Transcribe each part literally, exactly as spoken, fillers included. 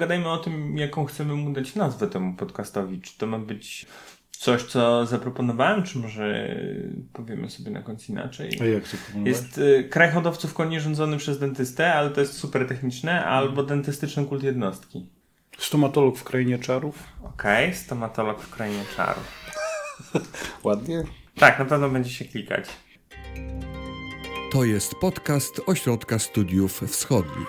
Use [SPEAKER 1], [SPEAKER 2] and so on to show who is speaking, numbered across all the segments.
[SPEAKER 1] pogadajmy o tym, jaką chcemy mu dać nazwę temu podcastowi. Czy to ma być coś, co zaproponowałem, czy może powiemy sobie na końcu inaczej?
[SPEAKER 2] A jak to proponować?
[SPEAKER 1] Jest y, kraj hodowców koni rządzony przez dentystę, ale to jest super techniczne, albo dentystyczny kult jednostki.
[SPEAKER 2] Stomatolog w krainie czarów?
[SPEAKER 1] Okej, okay, stomatolog w krainie czarów.
[SPEAKER 2] Ładnie?
[SPEAKER 1] Tak, na pewno będzie się klikać.
[SPEAKER 3] To jest podcast Ośrodka Studiów Wschodnich.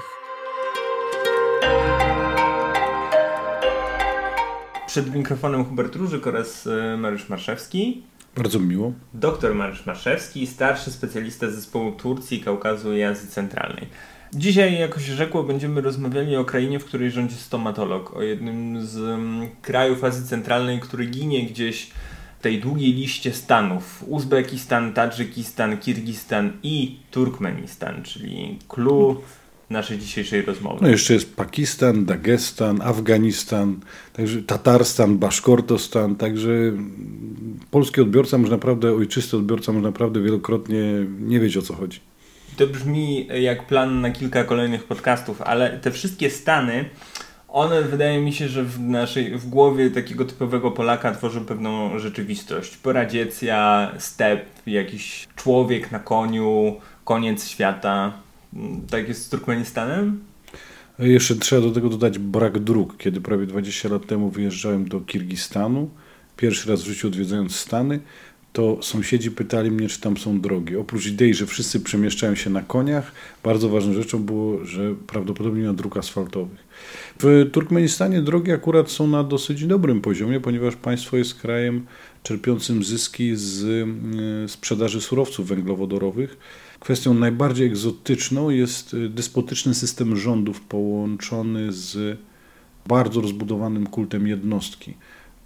[SPEAKER 1] Przed mikrofonem Hubert Różyk oraz Mariusz Marszewski.
[SPEAKER 2] Bardzo miło.
[SPEAKER 1] Doktor Mariusz Marszewski, starszy specjalista zespołu Turcji, Kaukazu i Azji Centralnej. Dzisiaj, jak się rzekło, będziemy rozmawiali o krainie, w której rządzi stomatolog. O jednym z um, krajów Azji Centralnej, który ginie gdzieś w tej długiej liście stanów. Uzbekistan, Tadżykistan, Kirgistan i Turkmenistan, czyli clue naszej dzisiejszej rozmowy.
[SPEAKER 2] No jeszcze jest Pakistan, Dagestan, Afganistan, także Tatarstan, Baszkortostan, także polski odbiorca może naprawdę, ojczysty odbiorca może naprawdę wielokrotnie nie wiedzieć, o co chodzi.
[SPEAKER 1] To brzmi jak plan na kilka kolejnych podcastów, ale te wszystkie stany, one wydaje mi się, że w naszej, w głowie takiego typowego Polaka tworzą pewną rzeczywistość. Poradziecja, step, jakiś człowiek na koniu, koniec świata. Tak jest z Turkmenistanem?
[SPEAKER 2] Jeszcze trzeba do tego dodać brak dróg. Kiedy prawie dwadzieścia lat temu wyjeżdżałem do Kirgistanu, pierwszy raz w życiu odwiedzając Stany, to sąsiedzi pytali mnie, czy tam są drogi. Oprócz idei, że wszyscy przemieszczają się na koniach, bardzo ważną rzeczą było, że prawdopodobnie nie ma dróg asfaltowych. W Turkmenistanie drogi akurat są na dosyć dobrym poziomie, ponieważ państwo jest krajem czerpiącym zyski z y, sprzedaży surowców węglowodorowych. Kwestią najbardziej egzotyczną jest despotyczny system rządów połączony z bardzo rozbudowanym kultem jednostki,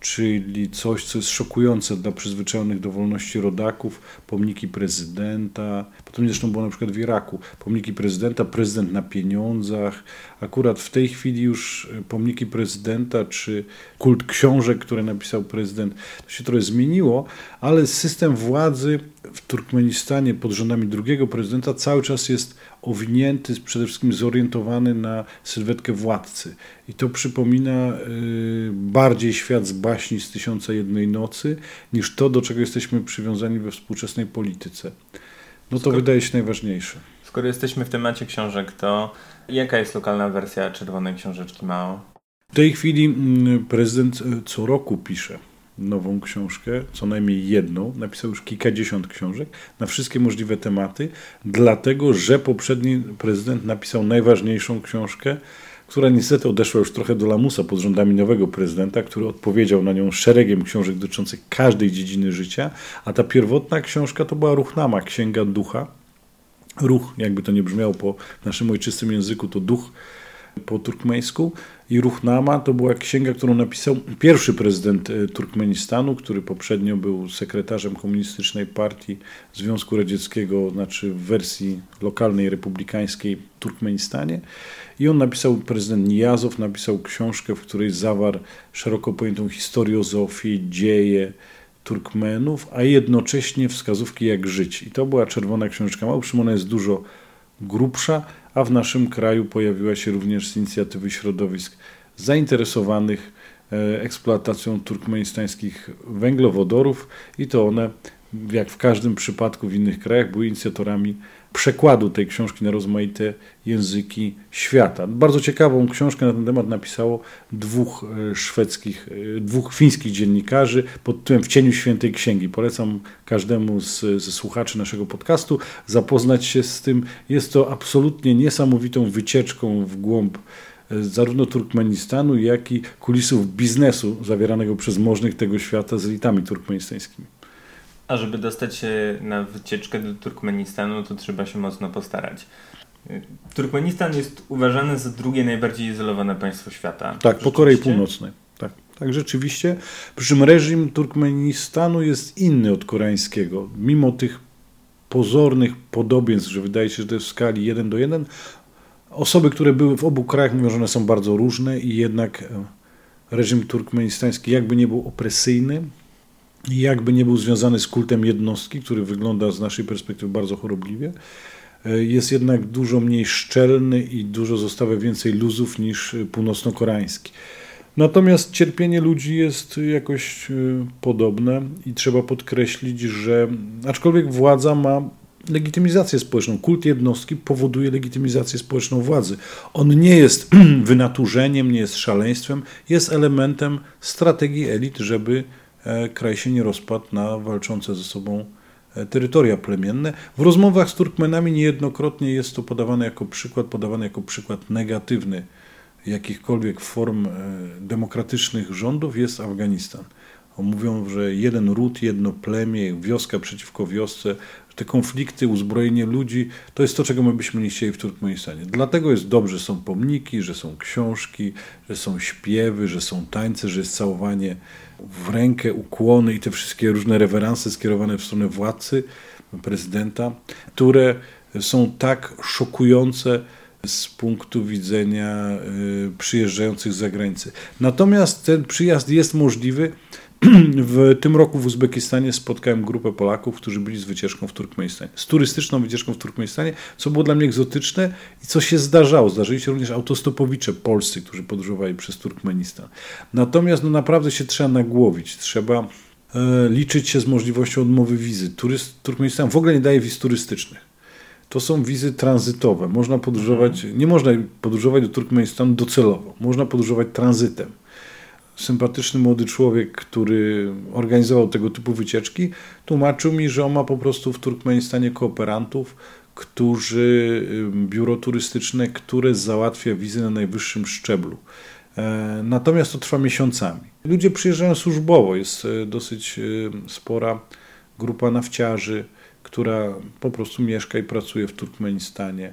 [SPEAKER 2] czyli coś, co jest szokujące dla przyzwyczajonych do wolności rodaków, pomniki prezydenta, potem zresztą było na przykład w Iraku, pomniki prezydenta, prezydent na pieniądzach, akurat w tej chwili już pomniki prezydenta, czy kult książek, które napisał prezydent, to się trochę zmieniło, ale system władzy w Turkmenistanie pod rządami drugiego prezydenta cały czas jest owinięty, przede wszystkim zorientowany na sylwetkę władcy. I to przypomina y, bardziej świat z baśni z Tysiąca jednej nocy, niż to, do czego jesteśmy przywiązani we współczesnej polityce. No to skoro, wydaje się najważniejsze.
[SPEAKER 1] Skoro jesteśmy w temacie książek, to jaka jest lokalna wersja Czerwonej Książeczki Mao?
[SPEAKER 2] W tej chwili y, prezydent co roku pisze nową książkę, co najmniej jedną. Napisał już kilkadziesiąt książek na wszystkie możliwe tematy, dlatego że poprzedni prezydent napisał najważniejszą książkę, która niestety odeszła już trochę do lamusa pod rządami nowego prezydenta, który odpowiedział na nią szeregiem książek dotyczących każdej dziedziny życia, a ta pierwotna książka to była Ruhnama, Księga Ducha. Ruch, jakby to nie brzmiało po naszym ojczystym języku, to duch po turkmeńsku. I Ruhnama to była księga, którą napisał pierwszy prezydent Turkmenistanu, który poprzednio był sekretarzem komunistycznej partii Związku Radzieckiego, znaczy w wersji lokalnej, republikańskiej w Turkmenistanie. I on napisał, prezydent Nijazow napisał książkę, w której zawarł szeroko pojętą historiozofię, dzieje Turkmenów, a jednocześnie wskazówki, jak żyć. I to była Czerwona Książeczka Mao, przy czym ona jest dużo grubsza, a w naszym kraju pojawiła się również z inicjatywy środowisk zainteresowanych eksploatacją turkmenistańskich węglowodorów i to one, jak w każdym przypadku w innych krajach, były inicjatorami przekładu tej książki na rozmaite języki świata. Bardzo ciekawą książkę na ten temat napisało dwóch szwedzkich, dwóch fińskich dziennikarzy pod tytułem W cieniu świętej księgi. Polecam każdemu z, ze słuchaczy naszego podcastu zapoznać się z tym. Jest to absolutnie niesamowitą wycieczką w głąb zarówno Turkmenistanu, jak i kulisów biznesu zawieranego przez możnych tego świata z elitami turkmenistańskimi.
[SPEAKER 1] A żeby dostać się na wycieczkę do Turkmenistanu, to trzeba się mocno postarać. Turkmenistan jest uważany za drugie najbardziej izolowane państwo świata.
[SPEAKER 2] Tak, po Korei Północnej. Tak, tak, rzeczywiście. Przy czym reżim Turkmenistanu jest inny od koreańskiego. Mimo tych pozornych podobieństw, że wydaje się, że to jest w skali jeden do jeden, osoby, które były w obu krajach, mówią, że one są bardzo różne i jednak reżim turkmenistański jakby nie był opresyjny, jakby nie był związany z kultem jednostki, który wygląda z naszej perspektywy bardzo chorobliwie, jest jednak dużo mniej szczelny i dużo zostawia więcej luzów niż północno-koreański. Natomiast cierpienie ludzi jest jakoś podobne i trzeba podkreślić, że aczkolwiek władza ma legitymizację społeczną, kult jednostki powoduje legitymizację społeczną władzy. On nie jest wynaturzeniem, nie jest szaleństwem, jest elementem strategii elit, żeby kraj się nie rozpadł na walczące ze sobą terytoria plemienne. W rozmowach z Turkmenami niejednokrotnie jest to podawane jako przykład, podawane jako przykład negatywny jakichkolwiek form demokratycznych rządów jest Afganistan. Mówią, że jeden ród, jedno plemię, wioska przeciwko wiosce, te konflikty, uzbrojenie ludzi, to jest to, czego my byśmy nie chcieli w Turkmenistanie. Dlatego jest dobrze, że są pomniki, że są książki, że są śpiewy, że są tańce, że jest całowanie w rękę, ukłony i te wszystkie różne reweranse skierowane w stronę władcy, prezydenta, które są tak szokujące z punktu widzenia przyjeżdżających z zagranicy. Natomiast ten przyjazd jest możliwy. W tym roku w Uzbekistanie spotkałem grupę Polaków, którzy byli z wycieczką w Turkmenistanie. Z turystyczną wycieczką w Turkmenistanie, co było dla mnie egzotyczne i co się zdarzało. Zdarzyli się również autostopowicze polscy, którzy podróżowali przez Turkmenistan. Natomiast no, naprawdę się trzeba nagłowić. Trzeba e, liczyć się z możliwością odmowy wizy. Turyst, Turkmenistan w ogóle nie daje wiz turystycznych. To są wizy tranzytowe. Można podróżować, nie można podróżować do Turkmenistanu docelowo. Można podróżować tranzytem. Sympatyczny młody człowiek, który organizował tego typu wycieczki, tłumaczył mi, że on ma po prostu w Turkmenistanie kooperantów, którzy, biuro turystyczne, które załatwia wizy na najwyższym szczeblu. Natomiast to trwa miesiącami. Ludzie przyjeżdżają służbowo, jest dosyć spora grupa nafciarzy, która po prostu mieszka i pracuje w Turkmenistanie.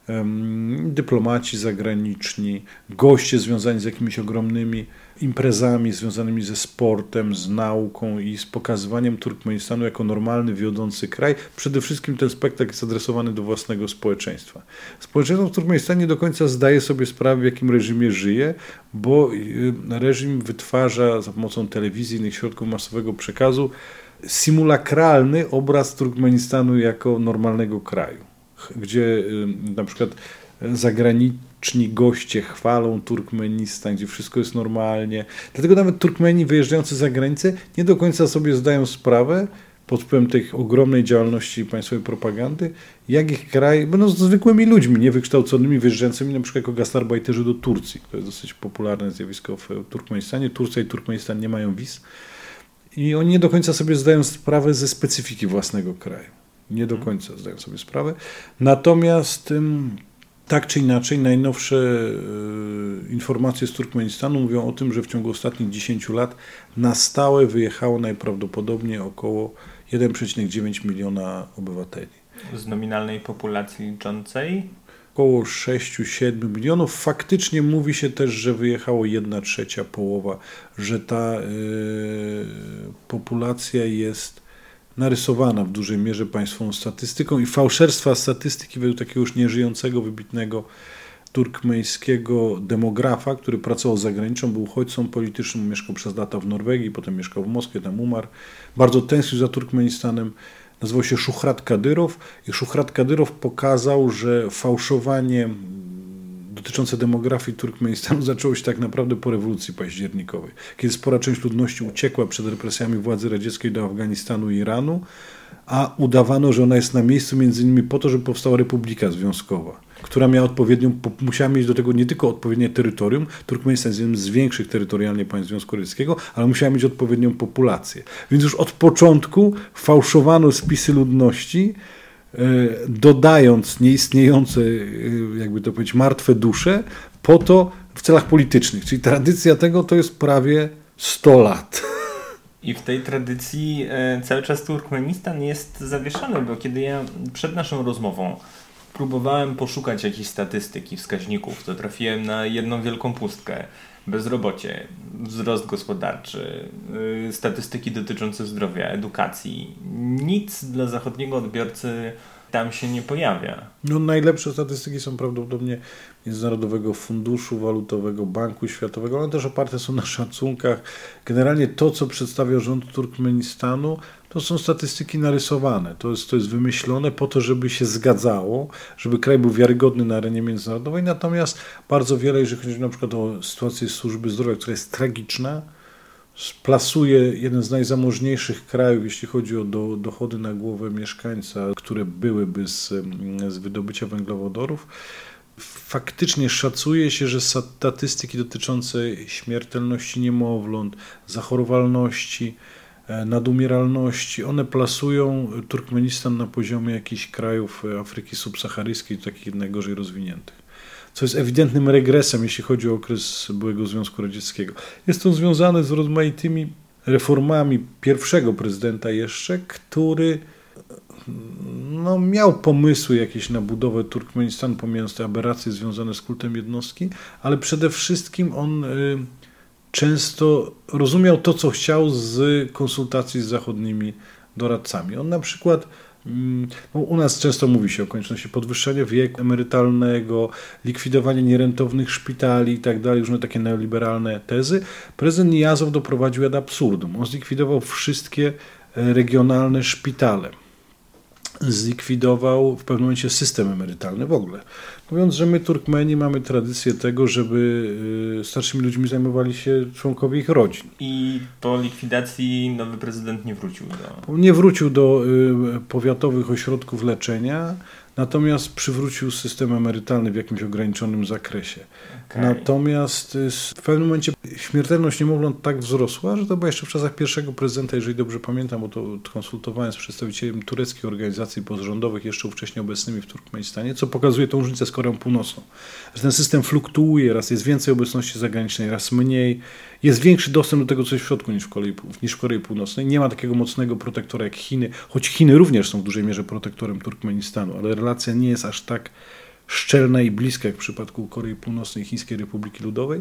[SPEAKER 2] Dyplomaci zagraniczni, goście związani z jakimiś ogromnymi imprezami związanymi ze sportem, z nauką i z pokazywaniem Turkmenistanu jako normalny, wiodący kraj. Przede wszystkim ten spektakl jest adresowany do własnego społeczeństwa. Społeczeństwo w Turkmenistanie nie do końca zdaje sobie sprawę, w jakim reżimie żyje, bo reżim wytwarza za pomocą telewizji i innych środków masowego przekazu symulakralny obraz Turkmenistanu jako normalnego kraju, gdzie na przykład zagraniczni goście chwalą Turkmenistan, gdzie wszystko jest normalnie. Dlatego nawet Turkmeni wyjeżdżający za granicę nie do końca sobie zdają sprawę pod wpływem tej ogromnej działalności państwowej propagandy, jak ich kraj, będąc zwykłymi ludźmi, niewykształconymi, wyjeżdżającymi na przykład jako gastarbajterzy do Turcji. To jest dosyć popularne zjawisko w Turkmenistanie. Turcja i Turkmenistan nie mają wiz i oni nie do końca sobie zdają sprawę ze specyfiki własnego kraju. Nie do końca zdają sobie sprawę. Natomiast tak czy inaczej najnowsze informacje z Turkmenistanu mówią o tym, że w ciągu ostatnich dziesięciu lat na stałe wyjechało najprawdopodobniej około jeden przecinek dziewięć miliona obywateli.
[SPEAKER 1] Z nominalnej populacji liczącej?
[SPEAKER 2] Około sześć do siedmiu milionów. Faktycznie mówi się też, że wyjechało jedna trzecia, połowa, że ta y, populacja jest narysowana w dużej mierze państwową statystyką i fałszerstwa statystyki według takiego już nieżyjącego, wybitnego turkmeńskiego demografa, który pracował za granicą, był uchodźcą politycznym, mieszkał przez lata w Norwegii, potem mieszkał w Moskwie, tam umarł. Bardzo tęsknił za Turkmenistanem. Nazywał się Szuhrat Kadyrow i Szuhrat Kadyrow pokazał, że fałszowanie dotyczące demografii Turkmenistanu zaczęło się tak naprawdę po rewolucji październikowej, kiedy spora część ludności uciekła przed represjami władzy radzieckiej do Afganistanu i Iranu, a udawano, że ona jest na miejscu między innymi po to, żeby powstała Republika Związkowa, która miała odpowiednią, musiała mieć do tego nie tylko odpowiednie terytorium, Turkmenistan jest jednym z większych terytorialnie państw Związku Radzieckiego, ale musiała mieć odpowiednią populację. Więc już od początku fałszowano spisy ludności, dodając nieistniejące, jakby to powiedzieć, martwe dusze, po to w celach politycznych. Czyli tradycja tego to jest prawie sto lat.
[SPEAKER 1] I w tej tradycji cały czas Turkmenistan jest zawieszony, bo kiedy ja przed naszą rozmową próbowałem poszukać jakichś statystyk i wskaźników, to trafiłem na jedną wielką pustkę. Bezrobocie, wzrost gospodarczy, statystyki dotyczące zdrowia, edukacji. Nic dla zachodniego odbiorcy tam się nie pojawia.
[SPEAKER 2] No, najlepsze statystyki są prawdopodobnie Międzynarodowego Funduszu Walutowego, Banku Światowego, one też oparte są na szacunkach. Generalnie to, co przedstawia rząd Turkmenistanu, to są statystyki narysowane. To jest, to jest wymyślone po to, żeby się zgadzało, żeby kraj był wiarygodny na arenie międzynarodowej. Natomiast bardzo wiele, jeżeli chodzi na przykład o sytuację służby zdrowia, która jest tragiczna, plasuje jeden z najzamożniejszych krajów, jeśli chodzi o do, dochody na głowę mieszkańca, które byłyby z, z wydobycia węglowodorów. Faktycznie szacuje się, że statystyki dotyczące śmiertelności niemowląt, zachorowalności, nadumieralności, one plasują Turkmenistan na poziomie jakichś krajów Afryki subsaharyjskiej, takich najgorzej rozwiniętych. Co jest ewidentnym regresem, jeśli chodzi o okres byłego Związku Radzieckiego. Jest to związane z rozmaitymi reformami pierwszego prezydenta jeszcze, który no, miał pomysły jakieś na budowę Turkmenistanu, pomijając te aberracje związane z kultem jednostki, ale przede wszystkim on y, często rozumiał to, co chciał z konsultacji z zachodnimi doradcami. On na przykład No, u nas często mówi się o konieczności podwyższenia wieku emerytalnego, likwidowania nierentownych szpitali i tak dalej, różne takie neoliberalne tezy. Prezydent Nijazow doprowadził ad absurdum. On zlikwidował wszystkie regionalne szpitale. Zlikwidował w pewnym momencie system emerytalny w ogóle. Mówiąc, że my Turkmeni mamy tradycję tego, żeby starszymi ludźmi zajmowali się członkowie ich rodzin.
[SPEAKER 1] I po likwidacji nowy prezydent nie wrócił do...
[SPEAKER 2] Nie wrócił do y, powiatowych ośrodków leczenia, natomiast przywrócił system emerytalny w jakimś ograniczonym zakresie. Okay. Natomiast y, w pewnym momencie śmiertelność niemowląt tak wzrosła, że to była jeszcze w czasach pierwszego prezydenta, jeżeli dobrze pamiętam, bo to konsultowałem z przedstawicielem tureckich organizacji pozarządowych, jeszcze wcześniej obecnymi w Turkmenistanie, co pokazuje tą różnicę z Koreą Północną. Że ten system fluktuuje, raz jest więcej obecności zagranicznej, raz mniej. Jest większy dostęp do tego, co jest w środku niż w, Korei, niż w Korei Północnej. Nie ma takiego mocnego protektora jak Chiny, choć Chiny również są w dużej mierze protektorem Turkmenistanu, ale relacja nie jest aż tak szczelna i bliska jak w przypadku Korei Północnej i Chińskiej Republiki Ludowej.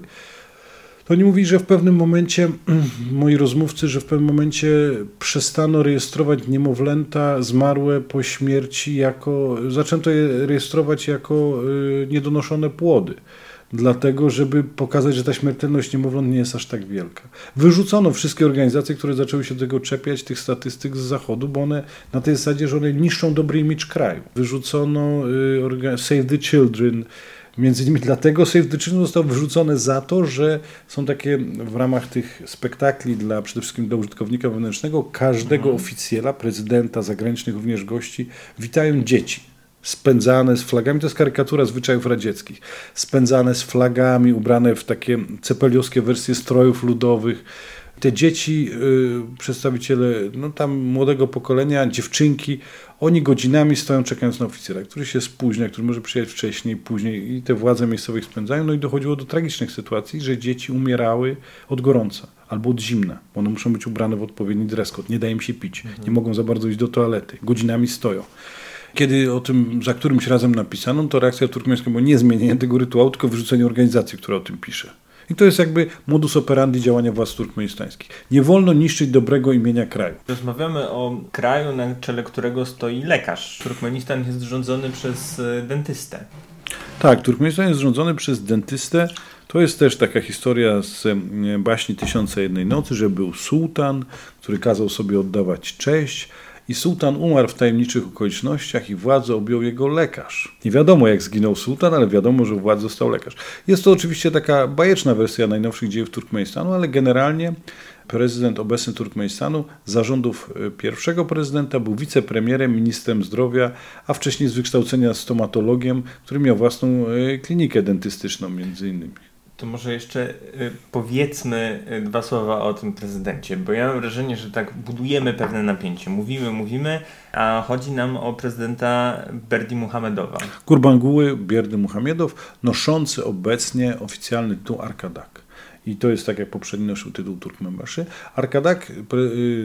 [SPEAKER 2] To oni mówili, że w pewnym momencie, moi rozmówcy, że w pewnym momencie przestano rejestrować niemowlęta zmarłe po śmierci jako, zaczęto je rejestrować jako y, niedonoszone płody. Dlatego, żeby pokazać, że ta śmiertelność niemowląt nie jest aż tak wielka. Wyrzucono wszystkie organizacje, które zaczęły się do tego czepiać, tych statystyk z Zachodu, bo one na tej zasadzie, że one niszczą dobry imidż kraju. Wyrzucono y, Save the Children, między innymi dlatego Save the Children został wyrzucone za to, że są takie w ramach tych spektakli dla przede wszystkim dla użytkownika wewnętrznego, każdego mhm. oficjela, prezydenta, zagranicznych również gości, witają dzieci. Spędzane z flagami, to jest karykatura zwyczajów radzieckich, spędzane z flagami, ubrane w takie cepeliowskie wersje strojów ludowych. Te dzieci, yy, przedstawiciele no tam młodego pokolenia, dziewczynki, oni godzinami stoją czekając na oficjela, który się spóźnia, który może przyjechać wcześniej, później i te władze miejscowe ich spędzają. No i dochodziło do tragicznych sytuacji, że dzieci umierały od gorąca albo od zimna. One muszą być ubrane w odpowiedni dress code, nie da im się pić, mhm. nie mogą za bardzo iść do toalety, godzinami stoją. Kiedy o tym za którymś razem napisano, to reakcja turkmeńska była nie zmienienie tego rytuału, tylko wyrzucenie organizacji, która o tym pisze. I to jest jakby modus operandi działania władz turkmenistańskich. Nie wolno niszczyć dobrego imienia kraju.
[SPEAKER 1] Rozmawiamy o kraju, na czele którego stoi lekarz. Turkmenistan jest rządzony przez dentystę.
[SPEAKER 2] Tak, Turkmenistan jest rządzony przez dentystę. To jest też taka historia z baśni Tysiąca jednej nocy, że był sułtan, który kazał sobie oddawać cześć. I sułtan umarł w tajemniczych okolicznościach i władzę objął jego lekarz. Nie wiadomo, jak zginął sułtan, ale wiadomo, że u władzy został lekarz. Jest to oczywiście taka bajeczna wersja najnowszych dziejów Turkmenistanu, ale generalnie prezydent obecny Turkmenistanu za rządów pierwszego prezydenta był wicepremierem, ministrem zdrowia, a wcześniej z wykształcenia stomatologiem, który miał własną klinikę dentystyczną między innymi.
[SPEAKER 1] To może jeszcze y, powiedzmy y, dwa słowa o tym prezydencie, bo ja mam wrażenie, że tak budujemy pewne napięcie. Mówimy, mówimy, a chodzi nam o prezydenta Berdimuhamedowa.
[SPEAKER 2] Gurbanguly Berdimuhamedow, noszący obecnie oficjalny tytuł Arkadak. I to jest tak, jak poprzedni nosił tytuł Turkmenbaszy. Arkadak, pre,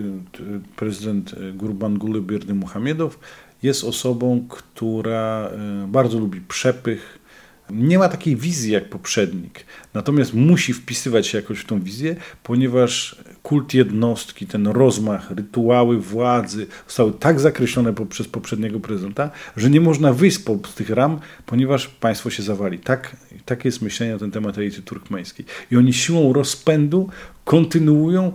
[SPEAKER 2] prezydent Gurbanguly Berdimuhamedow, jest osobą, która bardzo lubi przepych, Nie ma takiej wizji jak poprzednik, natomiast musi wpisywać się jakoś w tą wizję, ponieważ kult jednostki, ten rozmach, rytuały władzy zostały tak zakreślone przez poprzedniego prezydenta, że nie można wyjść z tych ram, ponieważ państwo się zawali. Tak, takie jest myślenie na ten temat elity turkmeńskiej. I oni siłą rozpędu kontynuują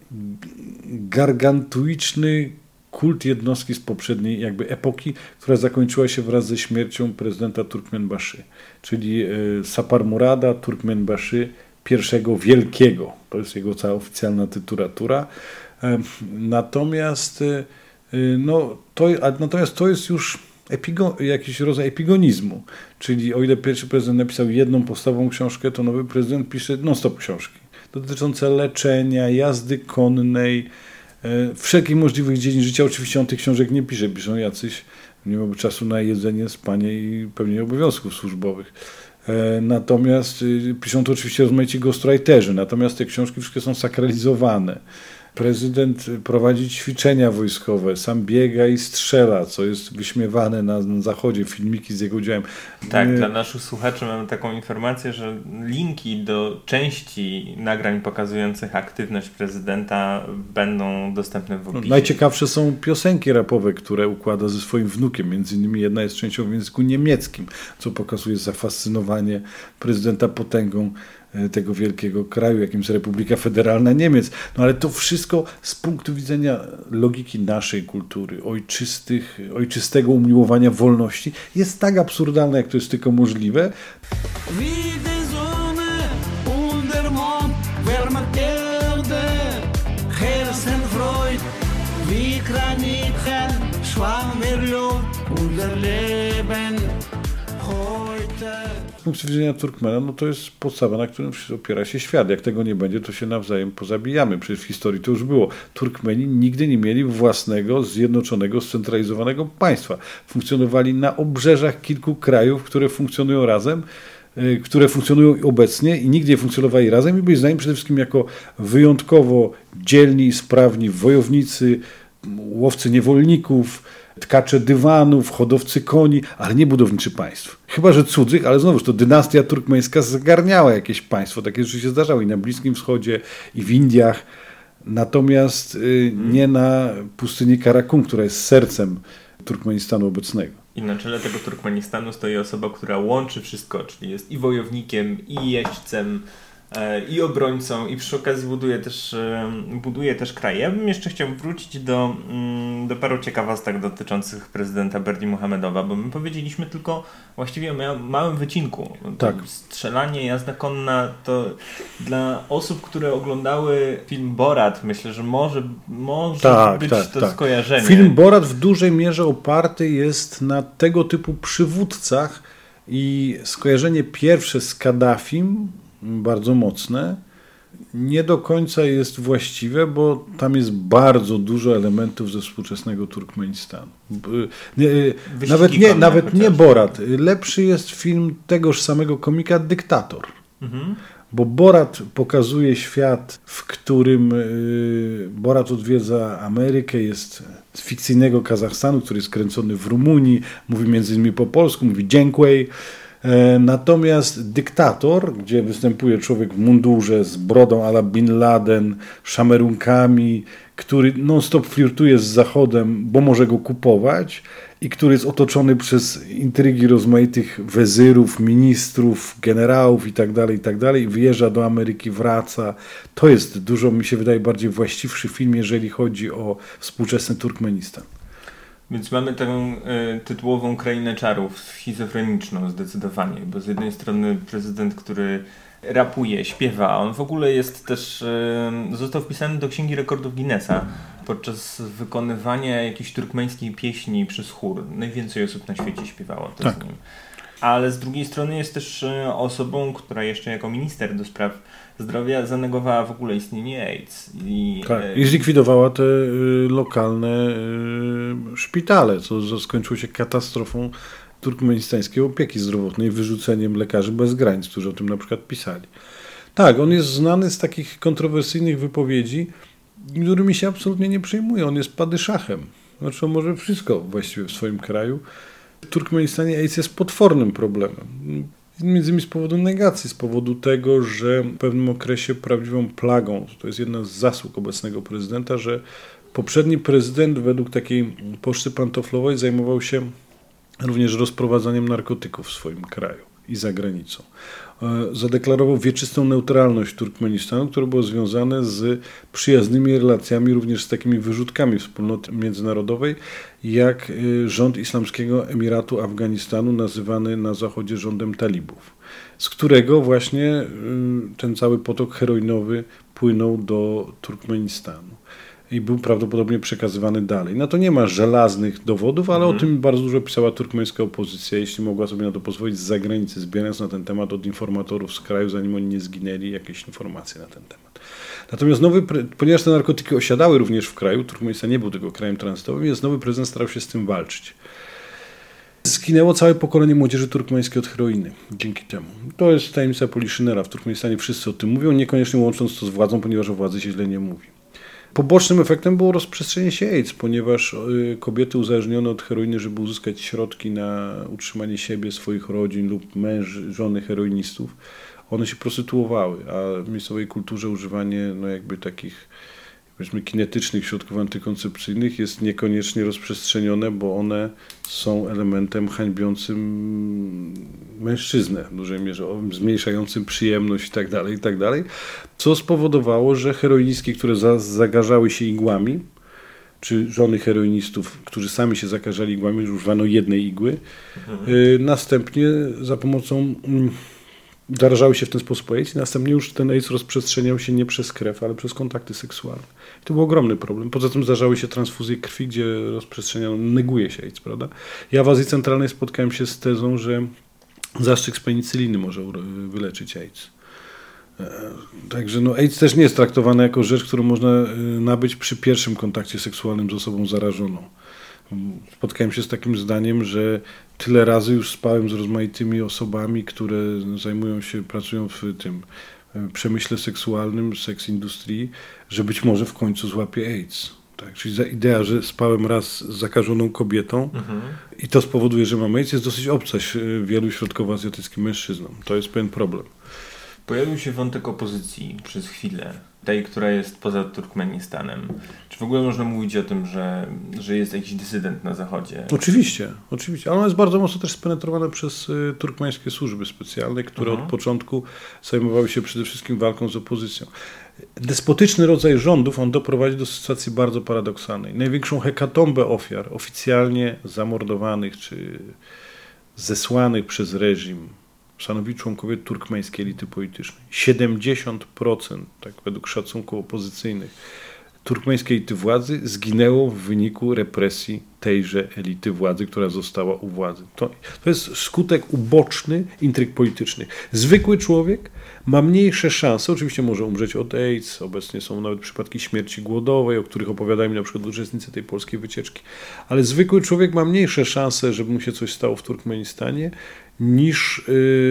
[SPEAKER 2] gargantuiczny kult jednostki z poprzedniej jakby epoki, która zakończyła się wraz ze śmiercią prezydenta Turkmenbaszy, czyli Saparmurada Turkmenbaszy pierwszego Wielkiego. To jest jego cała oficjalna tytulatura. Natomiast, no, to, natomiast to jest już epigo, jakiś rodzaj epigonizmu. Czyli o ile pierwszy prezydent napisał jedną podstawową książkę, to nowy prezydent pisze non-stop książki dotyczące leczenia, jazdy konnej, wszelkich możliwych dziedzin życia. Oczywiście on tych książek nie pisze, piszą jacyś, nie mamy czasu na jedzenie, spanie i pełnienie obowiązków służbowych. Natomiast piszą to oczywiście rozmaici ghostwriterzy, natomiast te książki wszystkie są sakralizowane. Prezydent prowadzi ćwiczenia wojskowe, sam biega i strzela, co jest wyśmiewane na, na zachodzie, filmiki z jego udziałem.
[SPEAKER 1] Tak, My... dla naszych słuchaczy mamy taką informację, że linki do części nagrań pokazujących aktywność prezydenta będą dostępne w opisie.
[SPEAKER 2] No, najciekawsze są piosenki rapowe, które układa ze swoim wnukiem, między innymi jedna jest częścią w języku niemieckim, co pokazuje zafascynowanie prezydenta potęgą tego wielkiego kraju, jakim jest Republika Federalna Niemiec. No ale to wszystko z punktu widzenia logiki naszej kultury, ojczystych, ojczystego umiłowania wolności, jest tak absurdalne, jak to jest tylko możliwe. Z punktu widzenia Turkmena, no to jest podstawa, na którym opiera się świat. Jak tego nie będzie, to się nawzajem pozabijamy. Przecież w historii to już było. Turkmeni nigdy nie mieli własnego, zjednoczonego, scentralizowanego państwa. Funkcjonowali na obrzeżach kilku krajów, które funkcjonują razem, które funkcjonują obecnie i nigdy nie funkcjonowali razem i byli znani przede wszystkim jako wyjątkowo dzielni i sprawni wojownicy, łowcy niewolników, tkacze dywanów, hodowcy koni, ale nie budowniczy państw. Chyba że cudzych, ale znowuż to dynastia turkmeńska zagarniała jakieś państwo. Takie rzeczy się zdarzały i na Bliskim Wschodzie, i w Indiach. Natomiast y, nie na pustyni Karakum, która jest sercem Turkmenistanu obecnego.
[SPEAKER 1] I na czele tego Turkmenistanu stoi osoba, która łączy wszystko, czyli jest i wojownikiem, i jeźdźcem, i obrońcą, i przy okazji buduje też, buduje też kraj. Ja bym jeszcze chciał wrócić do, do paru ciekawostek dotyczących prezydenta Berdi Muhamedowa, bo my powiedzieliśmy tylko właściwie o małym wycinku.
[SPEAKER 2] Tak.
[SPEAKER 1] Strzelanie, jazda konna to dla osób, które oglądały film Borat, myślę, że może, może
[SPEAKER 2] tak,
[SPEAKER 1] być
[SPEAKER 2] tak,
[SPEAKER 1] to
[SPEAKER 2] tak.
[SPEAKER 1] skojarzenie.
[SPEAKER 2] Film Borat w dużej mierze oparty jest na tego typu przywódcach i skojarzenie pierwsze z Kaddafim bardzo mocne, nie do końca jest właściwe, bo tam jest bardzo dużo elementów ze współczesnego Turkmenistanu. Nie, nawet nie, nawet nie Borat. Lepszy jest film tegoż samego komika Dyktator. Mhm. Bo Borat pokazuje świat, w którym Borat odwiedza Amerykę, jest z fikcyjnego Kazachstanu, który jest kręcony w Rumunii, mówi między innymi po polsku, mówi dziękuję. Natomiast Dyktator, gdzie występuje człowiek w mundurze z brodą a la Bin Laden, szamerunkami, który non-stop flirtuje z Zachodem, bo może go kupować i który jest otoczony przez intrygi rozmaitych wezyrów, ministrów, generałów itd., itd. i wyjeżdża do Ameryki, wraca. To jest dużo, mi się wydaje, bardziej właściwszy film, jeżeli chodzi o współczesny Turkmenistan.
[SPEAKER 1] Więc mamy tę y, tytułową krainę czarów, schizofreniczną zdecydowanie, bo z jednej strony prezydent, który rapuje, śpiewa, on w ogóle jest też, y, został wpisany do Księgi Rekordów Guinnessa podczas wykonywania jakiejś turkmeńskiej pieśni przez chór. Najwięcej osób na świecie śpiewało to
[SPEAKER 2] tak.
[SPEAKER 1] z nim. Ale z drugiej strony jest też osobą, która jeszcze jako minister do spraw zdrowia zanegowała w ogóle istnienie AIDS. I,
[SPEAKER 2] tak, i zlikwidowała te y, lokalne y, szpitale, co skończyło się katastrofą turkmenistańskiej opieki zdrowotnej, wyrzuceniem lekarzy bez granic, którzy o tym na przykład pisali. Tak, on jest znany z takich kontrowersyjnych wypowiedzi, którymi się absolutnie nie przejmuje. On jest padyszachem. Znaczy on może wszystko właściwie w swoim kraju. W Turkmenistanie AIDS jest potwornym problemem. Między innymi z powodu negacji, z powodu tego, że w pewnym okresie prawdziwą plagą, to jest jedna z zasług obecnego prezydenta, że poprzedni prezydent według takiej poczty pantoflowej zajmował się również rozprowadzaniem narkotyków w swoim kraju i za granicą. Zadeklarował wieczystą neutralność Turkmenistanu, które było związane z przyjaznymi relacjami, również z takimi wyrzutkami wspólnoty międzynarodowej, jak rząd Islamskiego Emiratu Afganistanu, nazywany na zachodzie rządem talibów, z którego właśnie ten cały potok heroinowy płynął do Turkmenistanu i był prawdopodobnie przekazywany dalej. Na to nie ma żelaznych dowodów, ale mm. o tym bardzo dużo pisała turkmeńska opozycja, jeśli mogła sobie na to pozwolić, z zagranicy, zbierając na ten temat od informatorów z kraju, zanim oni nie zginęli, jakieś informacje na ten temat. Natomiast nowy, ponieważ te narkotyki osiadały również w kraju, Turkmenistan nie był tylko krajem tranzytowym, więc nowy prezydent starał się z tym walczyć. Zginęło całe pokolenie młodzieży turkmeńskiej od heroiny dzięki temu. To jest tajemnica Poliszynela. W Turkmenistanie wszyscy o tym mówią, niekoniecznie łącząc to z władzą, ponieważ o władzy się źle nie mówi. Pobocznym efektem było rozprzestrzenienie się AIDS, ponieważ kobiety uzależnione od heroiny, żeby uzyskać środki na utrzymanie siebie, swoich rodzin lub męż, żony heroinistów, one się prostytuowały, a w miejscowej kulturze używanie no jakby takich, powiedzmy, kinetycznych środków antykoncepcyjnych jest niekoniecznie rozprzestrzenione, bo one są elementem hańbiącym mężczyznę w dużej mierze, zmniejszającym przyjemność i tak dalej, i tak dalej, co spowodowało, że heroinistki, które za, zakażały się igłami, czy żony heroinistów, którzy sami się zakażali igłami, że używano jednej igły, mhm. y, następnie za pomocą y, zarażały się w ten sposób AIDS i następnie już ten AIDS rozprzestrzeniał się nie przez krew, ale przez kontakty seksualne. I to był ogromny problem. Poza tym zdarzały się transfuzje krwi, gdzie rozprzestrzeniano, neguje się AIDS, prawda? Ja w Azji Centralnej spotkałem się z tezą, że zastrzyk z penicyliny może wyleczyć AIDS. Także no, AIDS też nie jest traktowany jako rzecz, którą można nabyć przy pierwszym kontakcie seksualnym z osobą zarażoną. Spotkałem się z takim zdaniem, że tyle razy już spałem z rozmaitymi osobami, które zajmują się, pracują w tym przemyśle seksualnym, seks industrii, że być może w końcu złapie AIDS. Tak? Czyli za idea, że spałem raz z zakażoną kobietą mhm. i to spowoduje, że mam AIDS, jest dosyć obca wielu środkowoazjatyckim mężczyznom. To jest pewien problem.
[SPEAKER 1] Pojawił się wątek opozycji przez chwilę, tej, która jest poza Turkmenistanem. Czy w ogóle można mówić o tym, że, że jest jakiś dysydent na zachodzie?
[SPEAKER 2] Oczywiście, oczywiście, ale ona jest bardzo mocno też spenetrowana przez y, turkmeńskie służby specjalne, które mhm. od początku zajmowały się przede wszystkim walką z opozycją. Despotyczny rodzaj rządów, on doprowadzi do sytuacji bardzo paradoksalnej. Największą hekatombę ofiar oficjalnie zamordowanych czy zesłanych przez reżim stanowi członkowie turkmeńskiej elity politycznej. siedemdziesiąt procent, tak według szacunków opozycyjnych, turkmeńskiej elity władzy zginęło w wyniku represji tejże elity władzy, która została u władzy. To, to jest skutek uboczny intryg politycznych. Zwykły człowiek ma mniejsze szanse, oczywiście może umrzeć od AIDS, obecnie są nawet przypadki śmierci głodowej, o których opowiadają mi na przykład uczestnicy tej polskiej wycieczki, ale zwykły człowiek ma mniejsze szanse, żeby mu się coś stało w Turkmenistanie, niż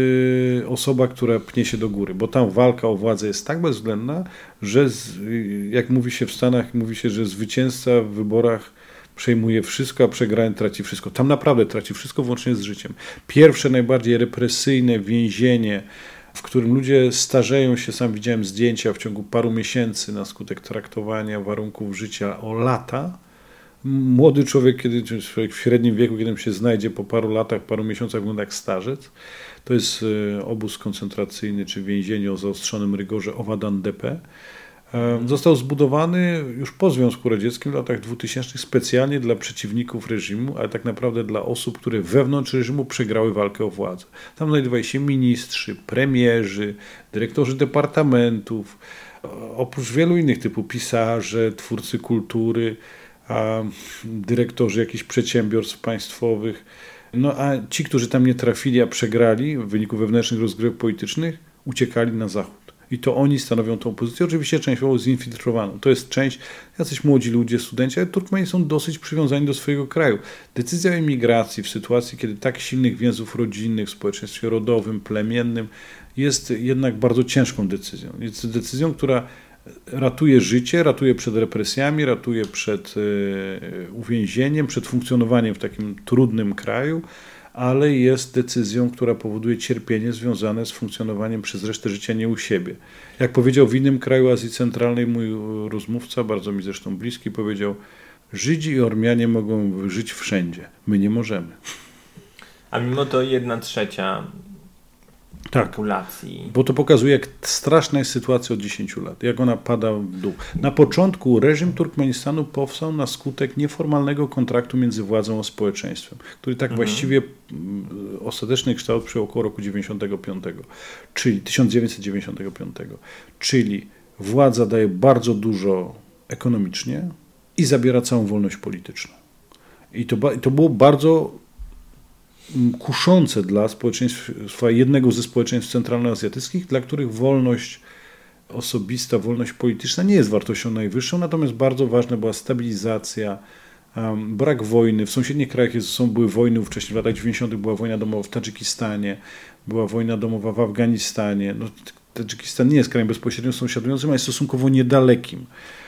[SPEAKER 2] yy, osoba, która pnie się do góry, bo tam walka o władzę jest tak bezwzględna, że z, jak mówi się w Stanach, mówi się, że zwycięzca w wyborach przejmuje wszystko, a przegrany traci wszystko. Tam naprawdę traci wszystko, włącznie z życiem. Pierwsze, najbardziej represyjne więzienie, w którym ludzie starzeją się, sam widziałem zdjęcia w ciągu paru miesięcy na skutek traktowania warunków życia o lata. Młody człowiek, kiedy człowiek w średnim wieku, kiedy się znajdzie po paru latach, paru miesiącach, wygląda jak starzec. To jest obóz koncentracyjny czy więzienie o zaostrzonym rygorze Owadan Tepe. Został zbudowany już po Związku Radzieckim w latach dwutysięcznych specjalnie dla przeciwników reżimu, ale tak naprawdę dla osób, które wewnątrz reżimu przegrały walkę o władzę. Tam znajdowali się ministrzy, premierzy, dyrektorzy departamentów, oprócz wielu innych typów pisarze, twórcy kultury, a dyrektorzy jakichś przedsiębiorstw państwowych. No a ci, którzy tam nie trafili, a przegrali w wyniku wewnętrznych rozgrywek politycznych, uciekali na zachód. I to oni stanowią tą pozycję, oczywiście częściowo zinfiltrowaną. To jest część, jacyś młodzi ludzie, studenci, ale Turkmeni są dosyć przywiązani do swojego kraju. Decyzja o emigracji w sytuacji, kiedy tak silnych więzów rodzinnych w społeczeństwie rodowym, plemiennym jest jednak bardzo ciężką decyzją. Jest decyzją, która ratuje życie, ratuje przed represjami, ratuje przed e, uwięzieniem, przed funkcjonowaniem w takim trudnym kraju, ale jest decyzją, która powoduje cierpienie związane z funkcjonowaniem przez resztę życia nie u siebie. Jak powiedział w innym kraju Azji Centralnej mój rozmówca, bardzo mi zresztą bliski, powiedział: Żydzi i Ormianie mogą żyć wszędzie, my nie możemy.
[SPEAKER 1] A mimo to jedna trzecia
[SPEAKER 2] tak,
[SPEAKER 1] populacji.
[SPEAKER 2] Bo to pokazuje, jak straszna jest sytuacja od dziesięciu lat, jak ona pada w dół. Na początku reżim Turkmenistanu powstał na skutek nieformalnego kontraktu między władzą a społeczeństwem, który tak mhm. właściwie ostateczny kształt przyjął około roku dziewięćdziesiątego piątego, czyli tysiąc dziewięćset dziewięćdziesiątego piątego. Czyli władza daje bardzo dużo ekonomicznie i zabiera całą wolność polityczną. I to, to było bardzo kuszące dla społeczeństwa, jednego ze społeczeństw centralnoazjatyckich, dla których wolność osobista, wolność polityczna nie jest wartością najwyższą, natomiast bardzo ważna była stabilizacja, um, brak wojny. W sąsiednich krajach jest, są, były wojny, wcześniej w latach dziewięćdziesiątych była wojna domowa w Tadżykistanie, była wojna domowa w Afganistanie. No, Tadżykistan nie jest krajem bezpośrednio sąsiadującym, ale jest stosunkowo niedalekim.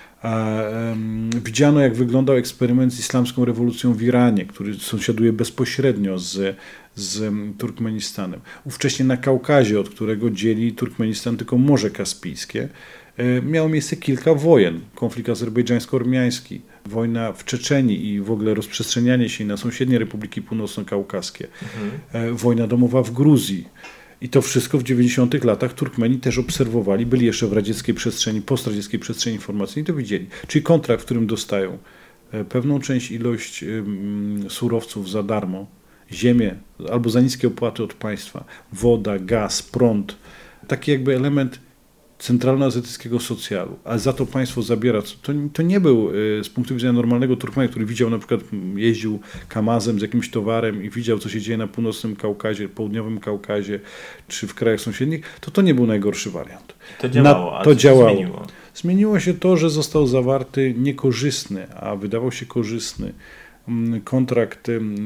[SPEAKER 2] Widziano, jak wyglądał eksperyment z islamską rewolucją w Iranie, który sąsiaduje bezpośrednio z, z Turkmenistanem. Ówcześnie na Kaukazie, od którego dzieli Turkmenistan tylko Morze Kaspijskie, miało miejsce kilka wojen. Konflikt azerbejdżańsko-ormiański, wojna w Czeczenii i w ogóle rozprzestrzenianie się na sąsiednie republiki północno-kaukaskie, mhm. wojna domowa w Gruzji. I to wszystko w dziewięćdziesiątych latach Turkmeni też obserwowali, byli jeszcze w radzieckiej przestrzeni, postradzieckiej przestrzeni informacyjnej, to widzieli. Czyli kontrakt, w którym dostają pewną część ilość surowców za darmo, ziemię albo za niskie opłaty od państwa, woda, gaz, prąd, taki jakby element centralnoazjatyckiego socjalu, a za to państwo zabiera. To, to nie był z punktu widzenia normalnego Turkmena, który widział, na przykład jeździł kamazem z jakimś towarem i widział, co się dzieje na północnym Kaukazie, południowym Kaukazie, czy w krajach sąsiednich, to to nie był najgorszy wariant.
[SPEAKER 1] To działało,
[SPEAKER 2] na,
[SPEAKER 1] a
[SPEAKER 2] to
[SPEAKER 1] co
[SPEAKER 2] działało.
[SPEAKER 1] się zmieniło?
[SPEAKER 2] Zmieniło się to, że został zawarty niekorzystny, a wydawał się korzystny kontrakt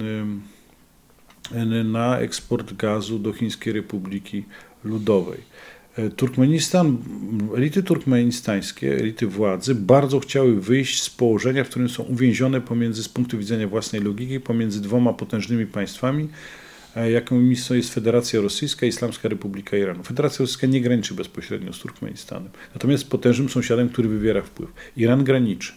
[SPEAKER 2] na eksport gazu do Chińskiej Republiki Ludowej. Turkmenistan, elity turkmenistańskie, elity władzy bardzo chciały wyjść z położenia, w którym są uwięzione pomiędzy, z punktu widzenia własnej logiki, pomiędzy dwoma potężnymi państwami, jakimi jest Federacja Rosyjska i Islamska Republika Iranu. Federacja Rosyjska nie graniczy bezpośrednio z Turkmenistanem, natomiast potężnym sąsiadem, który wywiera wpływ. Iran graniczy.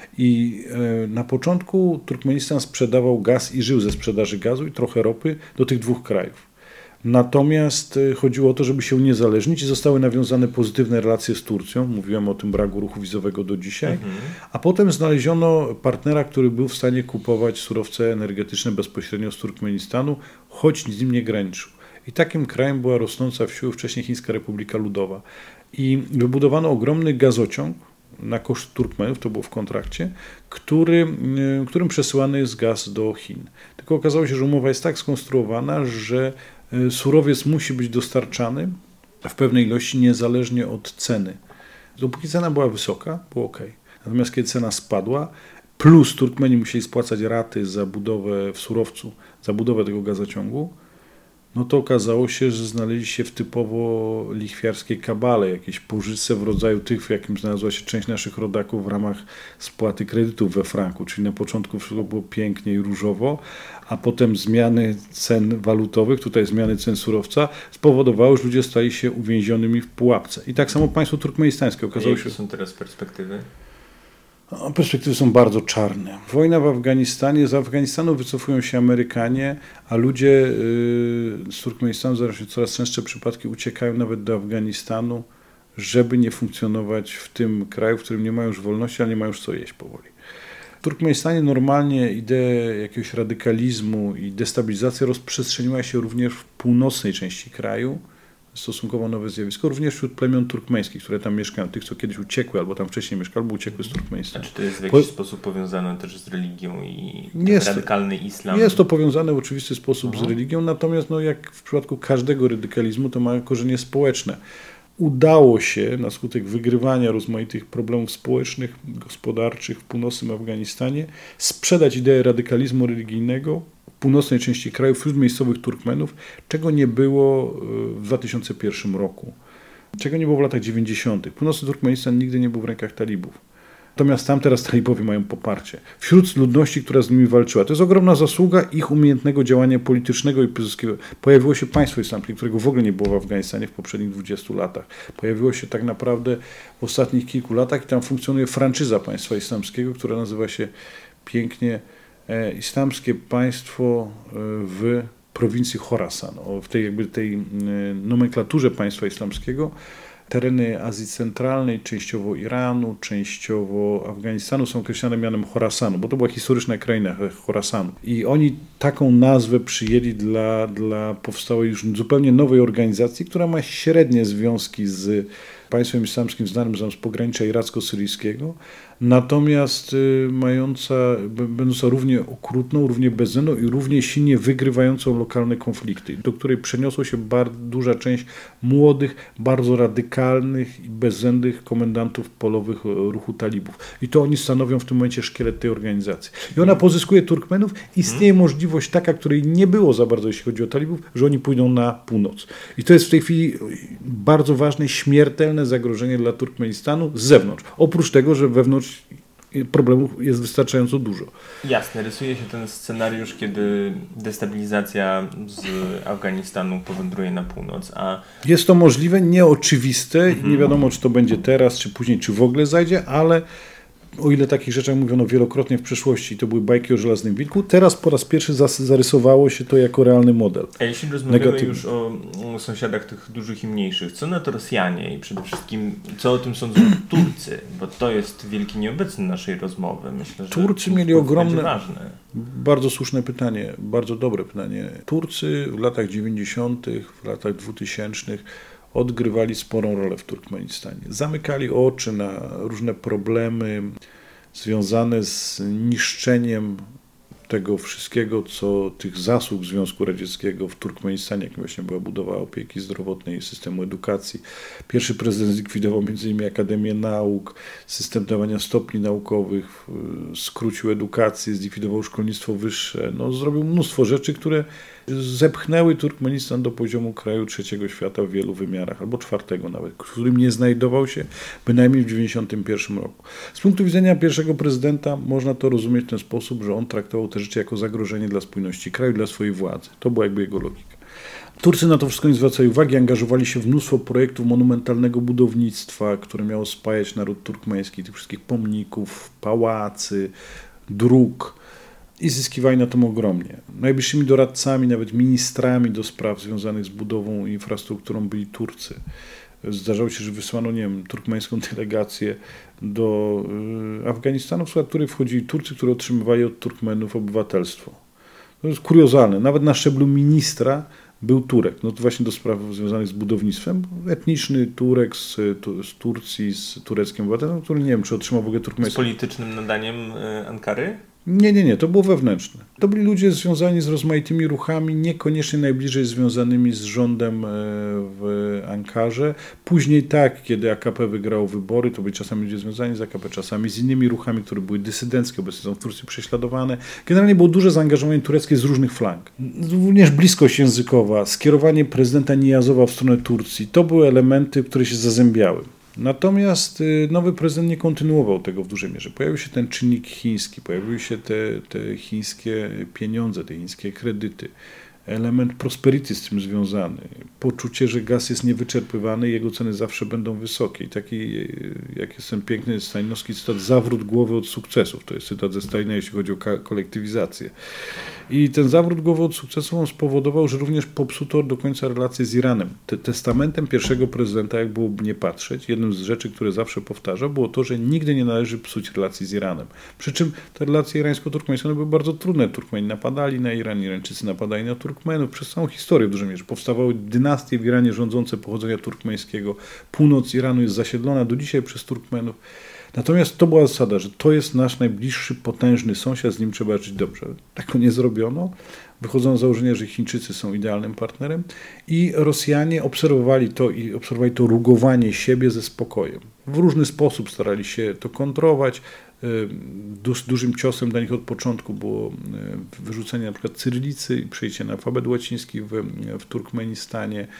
[SPEAKER 2] I na początku Turkmenistan sprzedawał gaz i żył ze sprzedaży gazu i trochę ropy do tych dwóch krajów. Natomiast chodziło o to, żeby się uniezależnić i zostały nawiązane pozytywne relacje z Turcją. Mówiłem o tym braku ruchu wizowego do dzisiaj. Mhm. A potem znaleziono partnera, który był w stanie kupować surowce energetyczne bezpośrednio z Turkmenistanu, choć z nim nie graniczył. I takim krajem była rosnąca w siłę wcześniej Chińska Republika Ludowa. I wybudowano ogromny gazociąg na koszt Turkmenów, to było w kontrakcie, który, którym przesyłany jest gaz do Chin. Tylko okazało się, że umowa jest tak skonstruowana, że surowiec musi być dostarczany w pewnej ilości niezależnie od ceny. Dopóki cena była wysoka, było ok. Natomiast kiedy cena spadła, plus Turkmeni musieli spłacać raty za budowę w surowcu, za budowę tego gazociągu, no to okazało się, że znaleźli się w typowo lichwiarskiej kabale, jakieś pożyczce w rodzaju tych, w jakim znalazła się część naszych rodaków w ramach spłaty kredytów we franku. Czyli na początku wszystko było pięknie i różowo, a potem zmiany cen walutowych, tutaj zmiany cen surowca, spowodowały, że ludzie stali się uwięzionymi w pułapce. I tak samo państwo turkmenistańskie okazało się...
[SPEAKER 1] Jakie są teraz perspektywy?
[SPEAKER 2] No, perspektywy są bardzo czarne. Wojna w Afganistanie, z Afganistanu wycofują się Amerykanie, a ludzie yy, z Turkmenistanu, zdarza się coraz częstsze przypadki, uciekają nawet do Afganistanu, żeby nie funkcjonować w tym kraju, w którym nie mają już wolności, ale nie mają już co jeść powoli. W Turkmenistanie normalnie idea jakiegoś radykalizmu i destabilizacja rozprzestrzeniła się również w północnej części kraju. Stosunkowo nowe zjawisko, również wśród plemion turkmeńskich, które tam mieszkają, tych, co kiedyś uciekły, albo tam wcześniej mieszkały, albo uciekły z Turkmenistanu.
[SPEAKER 1] A czy to jest w jakiś po... sposób powiązane też z religią i
[SPEAKER 2] jest,
[SPEAKER 1] radykalny islam?
[SPEAKER 2] Jest to powiązane w oczywisty sposób
[SPEAKER 1] Aha.
[SPEAKER 2] z religią, natomiast no, jak w przypadku każdego radykalizmu, to ma korzenie społeczne. Udało się na skutek wygrywania rozmaitych problemów społecznych, gospodarczych w północnym Afganistanie sprzedać ideę radykalizmu religijnego w północnej części kraju wśród miejscowych Turkmenów, czego nie było w dwa tysiące pierwszym roku, czego nie było w latach dziewięćdziesiątych. Północny Turkmenistan nigdy nie był w rękach talibów. Natomiast tam teraz talibowie mają poparcie. Wśród ludności, która z nimi walczyła. To jest ogromna zasługa ich umiejętnego działania politycznego i pozyskiwego. Pojawiło się państwo islamskie, którego w ogóle nie było w Afganistanie w poprzednich dwudziestu latach. Pojawiło się tak naprawdę w ostatnich kilku latach i tam funkcjonuje franczyza państwa islamskiego, która nazywa się pięknie e, Islamskie Państwo w prowincji Chorasan. O, w tej jakby tej e, nomenklaturze państwa islamskiego tereny Azji Centralnej, częściowo Iranu, częściowo Afganistanu są określane mianem Chorasanu, bo to była historyczna kraina Chorasanu. I oni taką nazwę przyjęli dla, dla powstałej już zupełnie nowej organizacji, która ma średnie związki z państwem islamskim znanym z pogranicza iracko-syryjskiego, natomiast y, mająca, będąca równie okrutną, równie bezcenną i równie silnie wygrywającą lokalne konflikty, do której przeniosła się bardzo duża część młodych, bardzo radykalnych i bezzębnych komendantów polowych ruchu talibów. I to oni stanowią w tym momencie szkielet tej organizacji. I ona pozyskuje Turkmenów. Istnieje możliwość taka, której nie było za bardzo, jeśli chodzi o talibów, że oni pójdą na północ. I to jest w tej chwili bardzo ważne, śmiertelne zagrożenie dla Turkmenistanu z zewnątrz. Oprócz tego, że wewnątrz problemów jest wystarczająco dużo.
[SPEAKER 1] Jasne, rysuje się ten scenariusz, kiedy destabilizacja z Afganistanu powędruje na północ, a...
[SPEAKER 2] Jest to możliwe, nieoczywiste,
[SPEAKER 1] mhm.
[SPEAKER 2] nie wiadomo, czy to będzie teraz, czy później, czy w ogóle zajdzie, ale o ile takich rzeczach mówiono wielokrotnie w przeszłości, to były bajki o Żelaznym Wilku, teraz po raz pierwszy zarysowało się to jako realny model.
[SPEAKER 1] A jeśli rozmawiamy
[SPEAKER 2] Negatywny.
[SPEAKER 1] już o, o sąsiadach tych dużych i mniejszych, co na to Rosjanie i przede wszystkim co o tym sądzą Turcy? Bo to jest wielki nieobecny naszej rozmowy. Myślę, że
[SPEAKER 2] Turcy mieli ogromne,
[SPEAKER 1] ważne.
[SPEAKER 2] Bardzo słuszne pytanie, bardzo dobre pytanie. Turcy w latach dziewięćdziesiątych, w latach dwutysięcznych odgrywali sporą rolę w Turkmenistanie. Zamykali oczy na różne problemy związane z niszczeniem tego wszystkiego, co tych zasług Związku Radzieckiego w Turkmenistanie, jak właśnie była budowa opieki zdrowotnej i systemu edukacji. Pierwszy prezydent zlikwidował między innymi Akademię Nauk, system dawania stopni naukowych, skrócił edukację, zlikwidował szkolnictwo wyższe. No, zrobił mnóstwo rzeczy, które zepchnęły Turkmenistan do poziomu kraju trzeciego świata w wielu wymiarach, albo czwartego nawet, w którym nie znajdował się bynajmniej w dziewięćdziesiątym pierwszym roku. Z punktu widzenia pierwszego prezydenta można to rozumieć w ten sposób, że on traktował te rzeczy jako zagrożenie dla spójności kraju, dla swojej władzy. To była jakby jego logika. Turcy na to wszystko nie zwracali uwagi, angażowali się w mnóstwo projektów monumentalnego budownictwa, które miało spajać naród turkmeński, tych wszystkich pomników, pałacy, dróg. I zyskiwali na tym ogromnie. Najbliższymi doradcami, nawet ministrami do spraw związanych z budową i infrastrukturą byli Turcy. Zdarzało się, że wysłano, nie wiem, turkmeńską delegację do y, Afganistanu, w skład której wchodzili Turcy, którzy otrzymywali od Turkmenów obywatelstwo. To jest kuriozalne. Nawet na szczeblu ministra był Turek. No to właśnie do spraw związanych z budownictwem. Etniczny Turek z, z Turcji, z tureckim obywatelem, który nie wiem, czy otrzymał w ogóle turkmeńskie.
[SPEAKER 1] Z politycznym nadaniem y, Ankary?
[SPEAKER 2] Nie, nie, nie, to było wewnętrzne. To byli ludzie związani z rozmaitymi ruchami, niekoniecznie najbliżej związanymi z rządem w Ankarze. Później tak, kiedy A K P wygrało wybory, to byli czasami ludzie związani z A K P, czasami z innymi ruchami, które były dysydenckie, obecnie są w Turcji prześladowane. Generalnie było duże zaangażowanie tureckie z różnych flank. Również bliskość językowa, skierowanie prezydenta Nijazowa w stronę Turcji, to były elementy, które się zazębiały. Natomiast nowy prezydent nie kontynuował tego w dużej mierze. Pojawił się ten czynnik chiński, pojawiły się te, te chińskie pieniądze, te chińskie kredyty. Element prosperity z tym związany. Poczucie, że gaz jest niewyczerpywany i jego ceny zawsze będą wysokie. I taki, jak jest ten piękny stalinowski cytat, zawrót głowy od sukcesów. To jest cytat ze Stalina, jeśli chodzi o kolektywizację. I ten zawrót głowy od sukcesów on spowodował, że również popsuto do końca relacje z Iranem. Te, testamentem pierwszego prezydenta, jak byłoby nie patrzeć, jedną z rzeczy, które zawsze powtarza, było to, że nigdy nie należy psuć relacji z Iranem. Przy czym te relacje irańsko-turkmeńskie były bardzo trudne. Turkmeni napadali na Iran, Irańczycy napadali na Turkmenów. Przez całą historię w dużej mierze powstawały dynastie w Iranie rządzące pochodzenia turkmeńskiego. Północ Iranu jest zasiedlona do dzisiaj przez Turkmenów. Natomiast to była zasada, że to jest nasz najbliższy, potężny sąsiad, z nim trzeba żyć dobrze. Tego nie zrobiono. Wychodzono z założenia, że Chińczycy są idealnym partnerem i Rosjanie obserwowali to i obserwowali to rugowanie siebie ze spokojem. W różny sposób starali się to kontrować. Du- dużym ciosem dla nich od początku było wyrzucenie na przykład cyrylicy i przejście na alfabet łaciński w, w Turkmenistanie.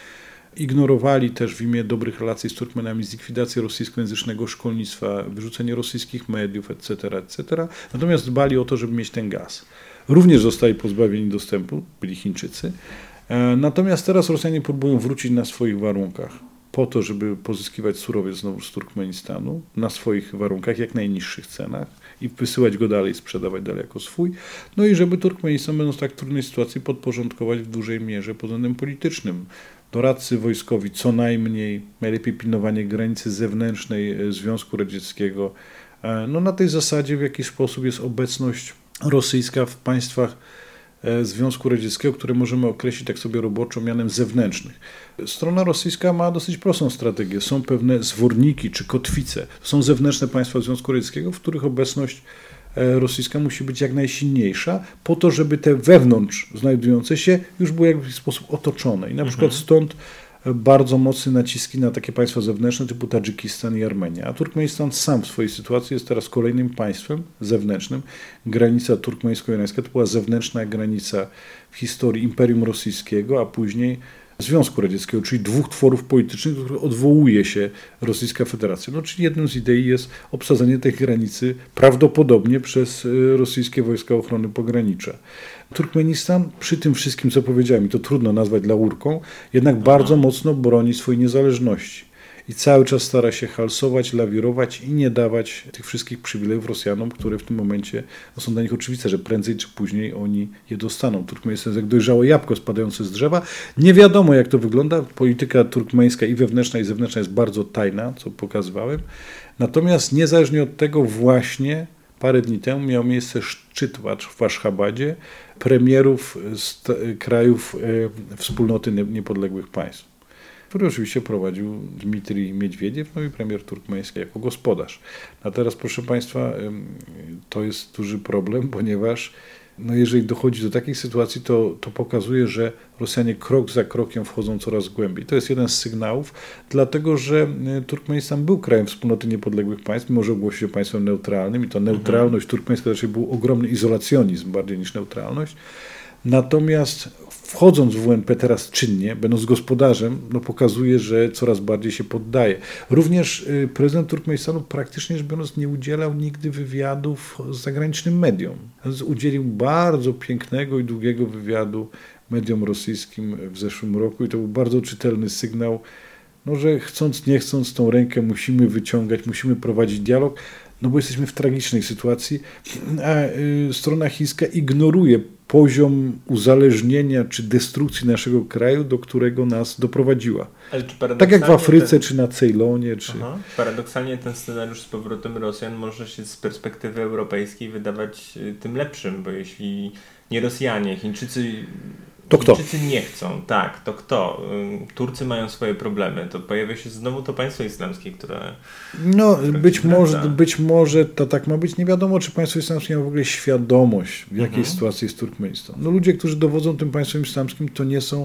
[SPEAKER 2] Ignorowali też w imię dobrych relacji z Turkmenami zlikwidację rosyjskojęzycznego szkolnictwa, wyrzucenie rosyjskich mediów, et cetera, et cetera. Natomiast dbali o to, żeby mieć ten gaz. Również zostali pozbawieni dostępu, byli Chińczycy. Natomiast teraz Rosjanie próbują wrócić na swoich warunkach, po to, żeby pozyskiwać surowiec znowu z Turkmenistanu, na swoich warunkach, jak najniższych cenach i wysyłać go dalej, sprzedawać dalej jako swój. No i żeby Turkmenistan, będąc w tak trudnej sytuacji, podporządkować w dużej mierze pod względem politycznym. Doradcy wojskowi co najmniej, najlepiej pilnowanie granicy zewnętrznej Związku Radzieckiego. No na tej zasadzie w jakiś sposób jest obecność rosyjska w państwach Związku Radzieckiego, które możemy określić tak sobie roboczo mianem zewnętrznych. Strona rosyjska ma dosyć prostą strategię. Są pewne zworniki czy kotwice. Są zewnętrzne państwa Związku Radzieckiego, w których obecność rosyjska musi być jak najsilniejsza, po to, żeby te wewnątrz znajdujące się już były w jakiś sposób otoczone. I na przykład mhm. stąd bardzo mocne naciski na takie państwa zewnętrzne typu Tadżykistan i Armenia. A Turkmenistan sam w swojej sytuacji jest teraz kolejnym państwem zewnętrznym. Granica turkmeńsko-irańska to była zewnętrzna granica w historii Imperium Rosyjskiego, a później Związku Radzieckiego, czyli dwóch tworów politycznych, do których odwołuje się Rosyjska Federacja. No, czyli jedną z idei jest obsadzenie tej granicy prawdopodobnie przez rosyjskie wojska ochrony pogranicza. Turkmenistan przy tym wszystkim, co powiedziałem, i to trudno nazwać laurką, jednak Aha. bardzo mocno broni swojej niezależności. I cały czas stara się halsować, lawirować i nie dawać tych wszystkich przywilejów Rosjanom, które w tym momencie no, są dla nich oczywiste, że prędzej czy później oni je dostaną. Turkmenistan jest jak dojrzałe jabłko spadające z drzewa. Nie wiadomo, jak to wygląda. Polityka turkmeńska i wewnętrzna, i zewnętrzna jest bardzo tajna, co pokazywałem. Natomiast niezależnie od tego właśnie parę dni temu miał miejsce szczyt w Aszchabadzie premierów z krajów e, wspólnoty niepodległych państw, który oczywiście prowadził Dmitrij Miedwiediew, no i premier turkmeński jako gospodarz. A teraz, proszę Państwa, to jest duży problem, ponieważ no jeżeli dochodzi do takiej sytuacji, to, to pokazuje, że Rosjanie krok za krokiem wchodzą coraz głębiej. To jest jeden z sygnałów, dlatego że Turkmenistan był krajem wspólnoty niepodległych państw, mimo że ogłosił się państwem neutralnym i to neutralność mhm. turkmeńska raczej był ogromny izolacjonizm bardziej niż neutralność. Natomiast wchodząc w W N P teraz czynnie, będąc gospodarzem, no pokazuje, że coraz bardziej się poddaje. Również prezydent Turkmenistanu praktycznie rzecz biorąc nie udzielał nigdy wywiadów z zagranicznym mediom. Udzielił bardzo pięknego i długiego wywiadu mediom rosyjskim w zeszłym roku i to był bardzo czytelny sygnał, no, że chcąc nie chcąc tą rękę musimy wyciągać, musimy prowadzić dialog, no bo jesteśmy w tragicznej sytuacji, a y, strona chińska ignoruje poziom uzależnienia czy destrukcji naszego kraju, do którego nas doprowadziła.
[SPEAKER 1] Ale czy
[SPEAKER 2] tak jak w Afryce, ten... czy na Ceylonie. Czy...
[SPEAKER 1] Aha. Paradoksalnie ten scenariusz z powrotem Rosjan może się z perspektywy europejskiej wydawać tym lepszym, bo jeśli nie Rosjanie, Chińczycy...
[SPEAKER 2] To kto?
[SPEAKER 1] Chińczycy nie chcą, tak, to kto? Turcy mają swoje problemy, to pojawia się znowu to państwo islamskie, które...
[SPEAKER 2] No, które być, może, być może to tak ma być. Nie wiadomo, czy państwo islamskie ma w ogóle świadomość, w jakiej mhm. sytuacji jest Turkmenistan. No, ludzie, którzy dowodzą tym państwem islamskim, to nie są,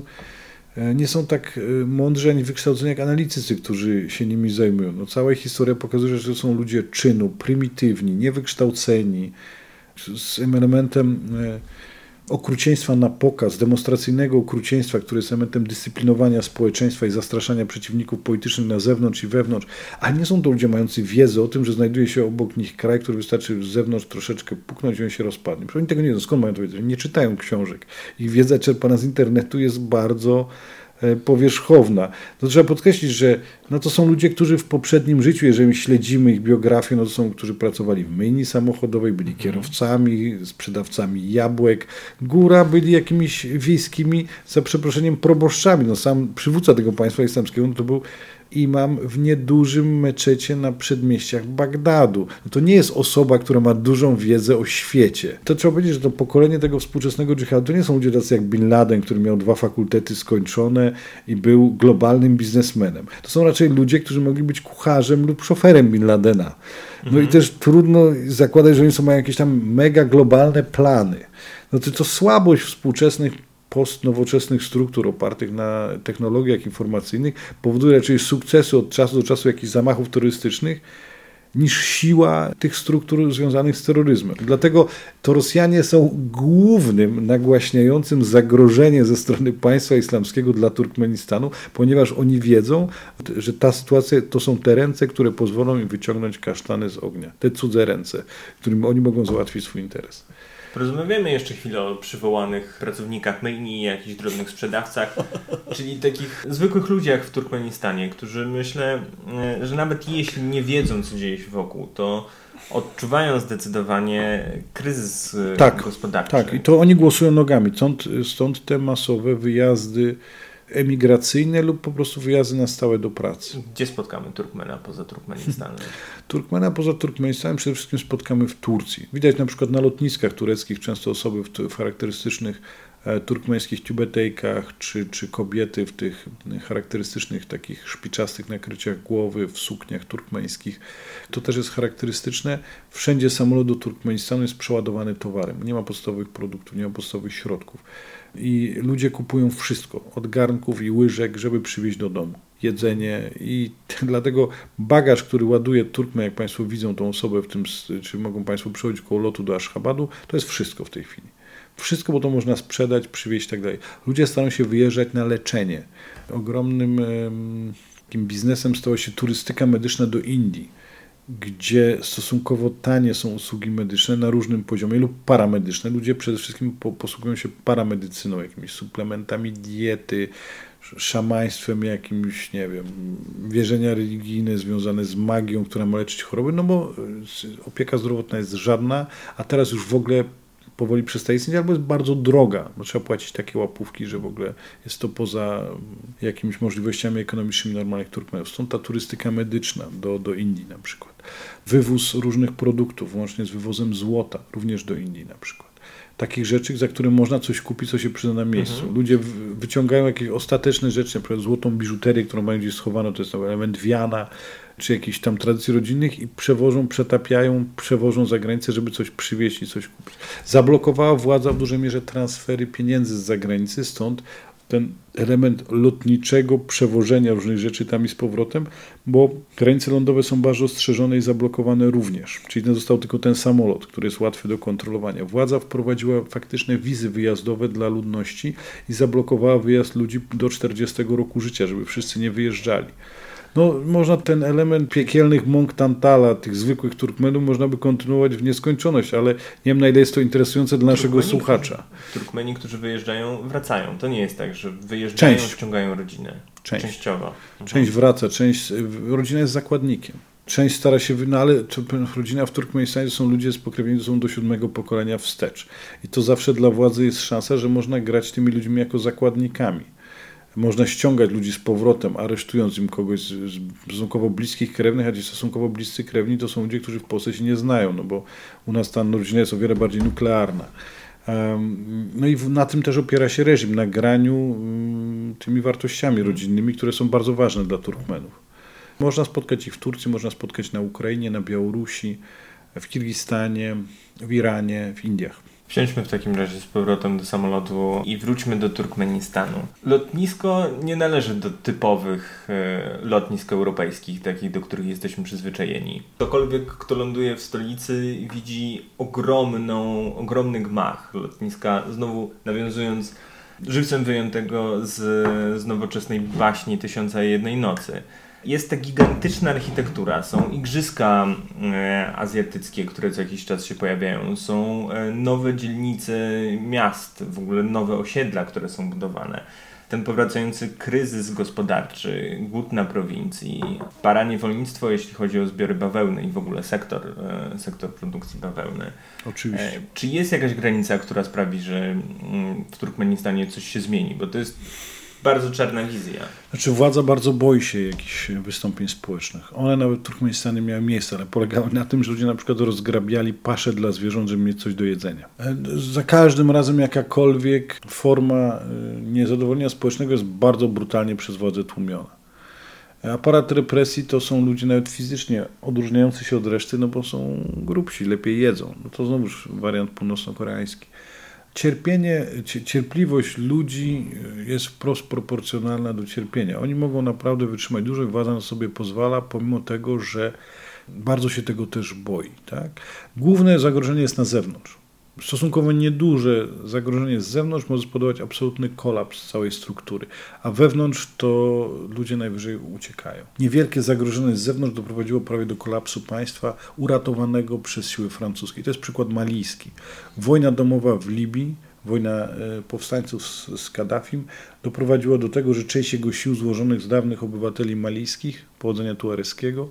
[SPEAKER 2] nie są tak mądrzy ani wykształceni jak analitycy, którzy się nimi zajmują. No, cała historia pokazuje, że to są ludzie czynu, prymitywni, niewykształceni, z elementem okrucieństwa na pokaz, demonstracyjnego okrucieństwa, które jest elementem dyscyplinowania społeczeństwa i zastraszania przeciwników politycznych na zewnątrz i wewnątrz, ale nie są to ludzie mający wiedzę o tym, że znajduje się obok nich kraj, który wystarczy z zewnątrz troszeczkę puknąć i on się rozpadnie. Przecież oni tego nie wiedzą. Skąd mają to wiedzieć? Nie czytają książek. Ich wiedza czerpana z internetu jest bardzo powierzchowna. To trzeba podkreślić, że no to są ludzie, którzy w poprzednim życiu, jeżeli śledzimy ich biografię, no to są, którzy pracowali w myjni samochodowej, byli kierowcami, sprzedawcami jabłek, góra byli jakimiś wiejskimi, za przeproszeniem, proboszczami. No sam przywódca tego państwa islamskiego no to był imam w niedużym meczecie na przedmieściach Bagdadu. No to nie jest osoba, która ma dużą wiedzę o świecie. To trzeba powiedzieć, że to pokolenie tego współczesnego dżihadu to nie są ludzie tacy jak Bin Laden, który miał dwa fakultety skończone i był globalnym biznesmenem. To są raczej ludzie, którzy mogli być kucharzem lub szoferem Bin Ladena. No mhm. i też trudno zakładać, że oni są mają jakieś tam mega globalne plany. No to to słabość współczesnych postnowoczesnych struktur opartych na technologiach informacyjnych powoduje raczej sukcesy od czasu do czasu jakichś zamachów terrorystycznych niż siła tych struktur związanych z terroryzmem. Dlatego to Rosjanie są głównym nagłaśniającym zagrożenie ze strony państwa islamskiego dla Turkmenistanu, ponieważ oni wiedzą, że ta sytuacja to są te ręce, które pozwolą im wyciągnąć kasztany z ognia. Te cudze ręce, którymi oni mogą załatwić swój interes.
[SPEAKER 1] Porozmawiamy jeszcze chwilę o przywołanych pracownikach myjni i jakichś drobnych sprzedawcach, czyli takich zwykłych ludziach w Turkmenistanie, którzy myślę, że nawet jeśli nie wiedzą, co dzieje się wokół, to odczuwają zdecydowanie kryzys
[SPEAKER 2] tak,
[SPEAKER 1] gospodarczy.
[SPEAKER 2] Tak, i to oni głosują nogami. Stąd, stąd te masowe wyjazdy emigracyjne lub po prostu wyjazdy na stałe do pracy.
[SPEAKER 1] Gdzie spotkamy Turkmena poza Turkmenistanem?
[SPEAKER 2] Turkmena poza Turkmenistanem przede wszystkim spotkamy w Turcji. Widać na przykład na lotniskach tureckich często osoby w, w charakterystycznych e, turkmeńskich tubetejkach, czy, czy kobiety w tych charakterystycznych takich szpiczastych nakryciach głowy, w sukniach turkmeńskich. To też jest charakterystyczne. Wszędzie samolot do Turkmenistanu jest przeładowany towarem. Nie ma podstawowych produktów, nie ma podstawowych środków. I ludzie kupują wszystko, od garnków i łyżek, żeby przywieźć do domu. Jedzenie i dlatego bagaż, który ładuje Turkmen, jak Państwo widzą tą osobę w tym, czy mogą Państwo przychodzić koło lotu do Aszchabadu, to jest wszystko w tej chwili. Wszystko, bo to można sprzedać, przywieźć i tak dalej. Ludzie starają się wyjeżdżać na leczenie. Ogromnym em, takim biznesem stała się turystyka medyczna do Indii, gdzie stosunkowo tanie są usługi medyczne na różnym poziomie lub paramedyczne. Ludzie przede wszystkim po, posługują się paramedycyną, jakimiś suplementami diety, szamaństwem jakimś, nie wiem, wierzenia religijne związane z magią, która ma leczyć choroby, no bo opieka zdrowotna jest żadna, a teraz już w ogóle powoli przestaje istnieć, albo jest bardzo droga, bo trzeba płacić takie łapówki, że w ogóle jest to poza jakimiś możliwościami ekonomicznymi normalnych Turkmenów. Stąd ta turystyka medyczna do, do Indii na przykład. Wywóz różnych produktów, łącznie z wywozem złota, również do Indii na przykład. Takich rzeczy, za które można coś kupić, co się przyda na miejscu. Mhm. Ludzie wyciągają jakieś ostateczne rzeczy, na przykład złotą biżuterię, którą mają gdzieś schowaną, to jest element wiana, czy jakichś tam tradycji rodzinnych i przewożą, przetapiają, przewożą za granicę, żeby coś przywieźć i coś kupić. Zablokowała władza w dużej mierze transfery pieniędzy z zagranicy, stąd ten element lotniczego przewożenia różnych rzeczy tam i z powrotem, bo granice lądowe są bardzo ostrzeżone i zablokowane również. Czyli został tylko ten samolot, który jest łatwy do kontrolowania. Władza wprowadziła faktyczne wizy wyjazdowe dla ludności i zablokowała wyjazd ludzi do czterdziestego roku życia, żeby wszyscy nie wyjeżdżali. No, można ten element piekielnych mąk Tantala, tych zwykłych Turkmenów, można by kontynuować w nieskończoność, ale nie wiem, na ile jest to interesujące dla naszego
[SPEAKER 1] Turkmeni,
[SPEAKER 2] słuchacza.
[SPEAKER 1] Którzy, Turkmeni, którzy wyjeżdżają, wracają. To nie jest tak, że wyjeżdżają,
[SPEAKER 2] Część.
[SPEAKER 1] ściągają rodzinę.
[SPEAKER 2] Część.
[SPEAKER 1] Częściowo.
[SPEAKER 2] Część wraca, część, rodzina jest zakładnikiem. Część stara się, no ale rodzina w Turkmenistanie to są ludzie z pokrewnieni, są do siódmego pokolenia wstecz. I to zawsze dla władzy jest szansa, że można grać tymi ludźmi jako zakładnikami. Można ściągać ludzi z powrotem, aresztując im kogoś z stosunkowo bliskich krewnych, a ci stosunkowo bliscy krewni to są ludzie, którzy w Polsce się nie znają, no bo u nas ta rodzina jest o wiele bardziej nuklearna. No i na tym też opiera się reżim, na graniu tymi wartościami rodzinnymi, które są bardzo ważne dla Turkmenów. Można spotkać ich w Turcji, można spotkać na Ukrainie, na Białorusi, w Kirgistanie, w Iranie, w Indiach.
[SPEAKER 1] Wsiądźmy w takim razie z powrotem do samolotu i wróćmy do Turkmenistanu. Lotnisko nie należy do typowych e, lotnisk europejskich, takich, do których jesteśmy przyzwyczajeni. Ktokolwiek, kto ląduje w stolicy, widzi ogromną, ogromny gmach lotniska, znowu nawiązując żywcem wyjętego z, z nowoczesnej baśni Tysiąca i jednej nocy. Jest ta gigantyczna architektura, są igrzyska e, azjatyckie, które co jakiś czas się pojawiają, są e, nowe dzielnice miast, w ogóle nowe osiedla, które są budowane. Ten powracający kryzys gospodarczy, głód na prowincji, paraniewolnictwo, jeśli chodzi o zbiory bawełny i w ogóle sektor, e, sektor produkcji bawełny.
[SPEAKER 2] Oczywiście.
[SPEAKER 1] E, czy jest jakaś granica, która sprawi, że mm, w Turkmenistanie coś się zmieni? Bo to jest bardzo czarna wizja.
[SPEAKER 2] Znaczy władza bardzo boi się jakichś wystąpień społecznych. One nawet w Turkmenistanie miały miejsce, ale polegały na tym, że ludzie na przykład rozgrabiali pasze dla zwierząt, żeby mieć coś do jedzenia. Za każdym razem jakakolwiek forma niezadowolenia społecznego jest bardzo brutalnie przez władzę tłumiona. Aparat represji to są ludzie nawet fizycznie odróżniający się od reszty, no bo są grubsi, lepiej jedzą. No to znowuż wariant północno-koreański. Cierpienie, cierpliwość ludzi jest wprost proporcjonalna do cierpienia. Oni mogą naprawdę wytrzymać dużo i władza na sobie pozwala, pomimo tego, że bardzo się tego też boi. Tak? Główne zagrożenie jest na zewnątrz. Stosunkowo nieduże zagrożenie z zewnątrz może spowodować absolutny kolaps całej struktury, a wewnątrz to ludzie najwyżej uciekają. Niewielkie zagrożenie z zewnątrz doprowadziło prawie do kolapsu państwa uratowanego przez siły francuskie. To jest przykład malijski. Wojna domowa w Libii, wojna powstańców z, z Kaddafim doprowadziła do tego, że część jego sił złożonych z dawnych obywateli malijskich, pochodzenia tuareskiego,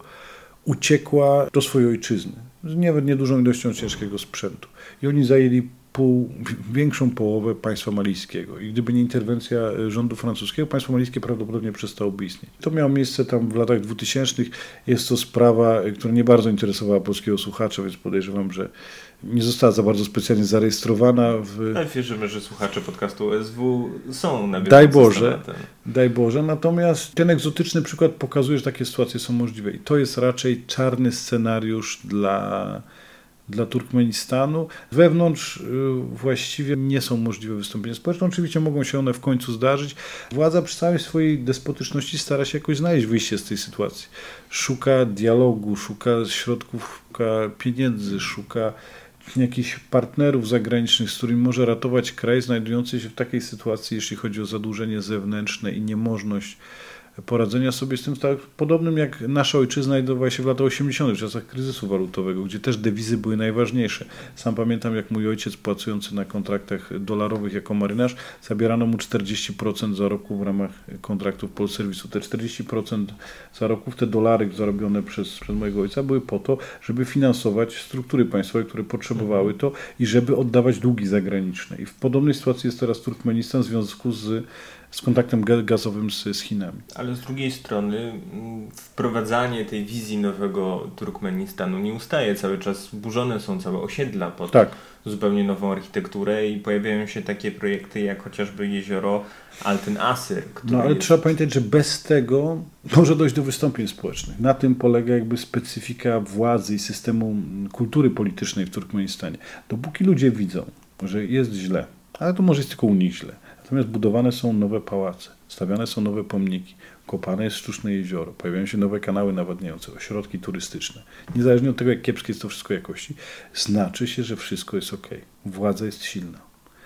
[SPEAKER 2] uciekła do swojej ojczyzny z nawet niedużą ilością ciężkiego sprzętu. I oni zajęli pół, większą połowę państwa malijskiego. I gdyby nie interwencja rządu francuskiego, państwo malijskie prawdopodobnie przestałoby istnieć. To miało miejsce tam w latach dwutysięcznych. Jest to sprawa, która nie bardzo interesowała polskiego słuchacza, więc podejrzewam, że nie została za bardzo specjalnie zarejestrowana. W...
[SPEAKER 1] Ale wierzymy, że słuchacze podcastu O S W są na
[SPEAKER 2] Daj Boże, daj Boże. Natomiast ten egzotyczny przykład pokazuje, że takie sytuacje są możliwe. I to jest raczej czarny scenariusz dla, dla Turkmenistanu. Wewnątrz właściwie nie są możliwe wystąpienia społeczne. Oczywiście mogą się one w końcu zdarzyć. Władza przy całej swojej despotyczności stara się jakoś znaleźć wyjście z tej sytuacji. Szuka dialogu, szuka środków, szuka pieniędzy, szuka jakichś partnerów zagranicznych, z którymi może ratować kraj znajdujący się w takiej sytuacji, jeśli chodzi o zadłużenie zewnętrzne i niemożność poradzenia sobie z tym, tak podobnym jak nasza ojczyzna znajdowała się w latach osiemdziesiątych, w czasach kryzysu walutowego, gdzie też dewizy były najważniejsze. Sam pamiętam, jak mój ojciec pracujący na kontraktach dolarowych jako marynarz, zabierano mu czterdzieści procent zarobku w ramach kontraktów Polserwisu. Te czterdzieści procent zarobków, te dolary zarobione przez, przez mojego ojca były po to, żeby finansować struktury państwowe, które potrzebowały to i żeby oddawać długi zagraniczne. I w podobnej sytuacji jest teraz Turkmenistan w związku z z kontaktem gazowym z, z Chinami.
[SPEAKER 1] Ale z drugiej strony wprowadzanie tej wizji nowego Turkmenistanu nie ustaje. Cały czas burzone są całe osiedla pod tak. zupełnie nową architekturę i pojawiają się takie projekty jak chociażby jezioro Altyn Asir.
[SPEAKER 2] No ale jest... trzeba pamiętać, że bez tego może dojść do wystąpień społecznych. Na tym polega jakby specyfika władzy i systemu kultury politycznej w Turkmenistanie. Dopóki ludzie widzą, że jest źle, ale to może jest tylko u nich źle, natomiast budowane są nowe pałace, stawiane są nowe pomniki, kopane jest sztuczne jezioro, pojawiają się nowe kanały nawadniające, ośrodki turystyczne. Niezależnie od tego, jak kiepskie jest to wszystko jakości, znaczy się, że wszystko jest ok. Władza jest silna.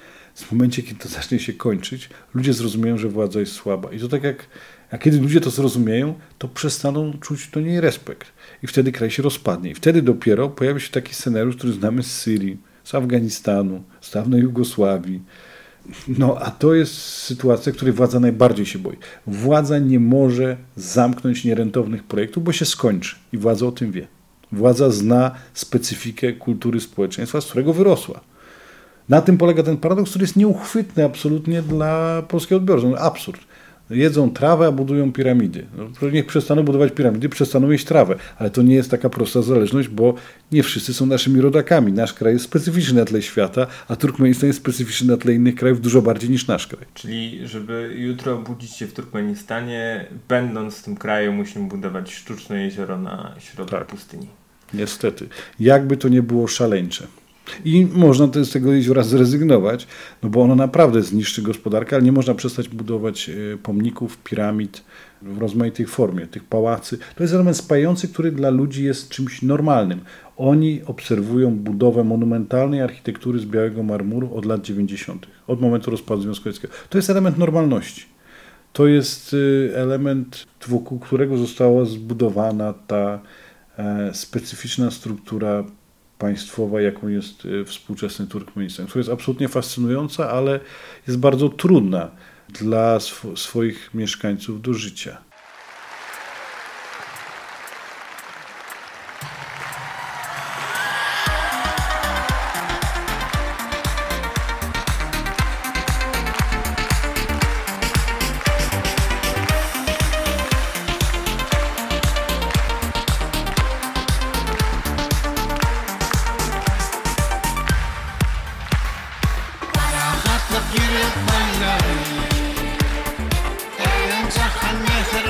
[SPEAKER 2] W momencie, kiedy to zacznie się kończyć, ludzie zrozumieją, że władza jest słaba. I to tak jak, a kiedy ludzie to zrozumieją, to przestaną czuć do niej respekt. I wtedy kraj się rozpadnie. I wtedy dopiero pojawi się taki scenariusz, który znamy z Syrii, z Afganistanu, z dawnej Jugosławii. No, a to jest sytuacja, której władza najbardziej się boi. Władza nie może zamknąć nierentownych projektów, bo się skończy. I władza o tym wie. Władza zna specyfikę kultury społeczeństwa, z którego wyrosła. Na tym polega ten paradoks, który jest nieuchwytny absolutnie dla polskiego odbiorcy. No, absurd. Jedzą trawę, a budują piramidy. No, niech przestaną budować piramidy, przestaną jeść trawę. Ale to nie jest taka prosta zależność, bo nie wszyscy są naszymi rodakami. Nasz kraj jest specyficzny na tle świata, a Turkmenistan jest specyficzny na tle innych krajów dużo bardziej niż nasz kraj.
[SPEAKER 1] Czyli żeby jutro obudzić się w Turkmenistanie, będąc w tym kraju, musimy budować sztuczne jezioro na środku tak. pustyni.
[SPEAKER 2] Niestety. Jakby to nie było szaleńcze. I można z tego jeziora zrezygnować, no bo ono naprawdę zniszczy gospodarkę, ale nie można przestać budować pomników, piramid w rozmaitej formie, tych pałacy. To jest element spajający, który dla ludzi jest czymś normalnym. Oni obserwują budowę monumentalnej architektury z białego marmuru od lat dziewięćdziesiątych, od momentu rozpadu Związku Radzieckiego. To jest element normalności. To jest element, wokół którego została zbudowana ta specyficzna struktura państwowa, jaką jest współczesny Turkmenistan, która jest absolutnie fascynująca, ale jest bardzo trudna dla sw- swoich mieszkańców do życia.
[SPEAKER 4] Girip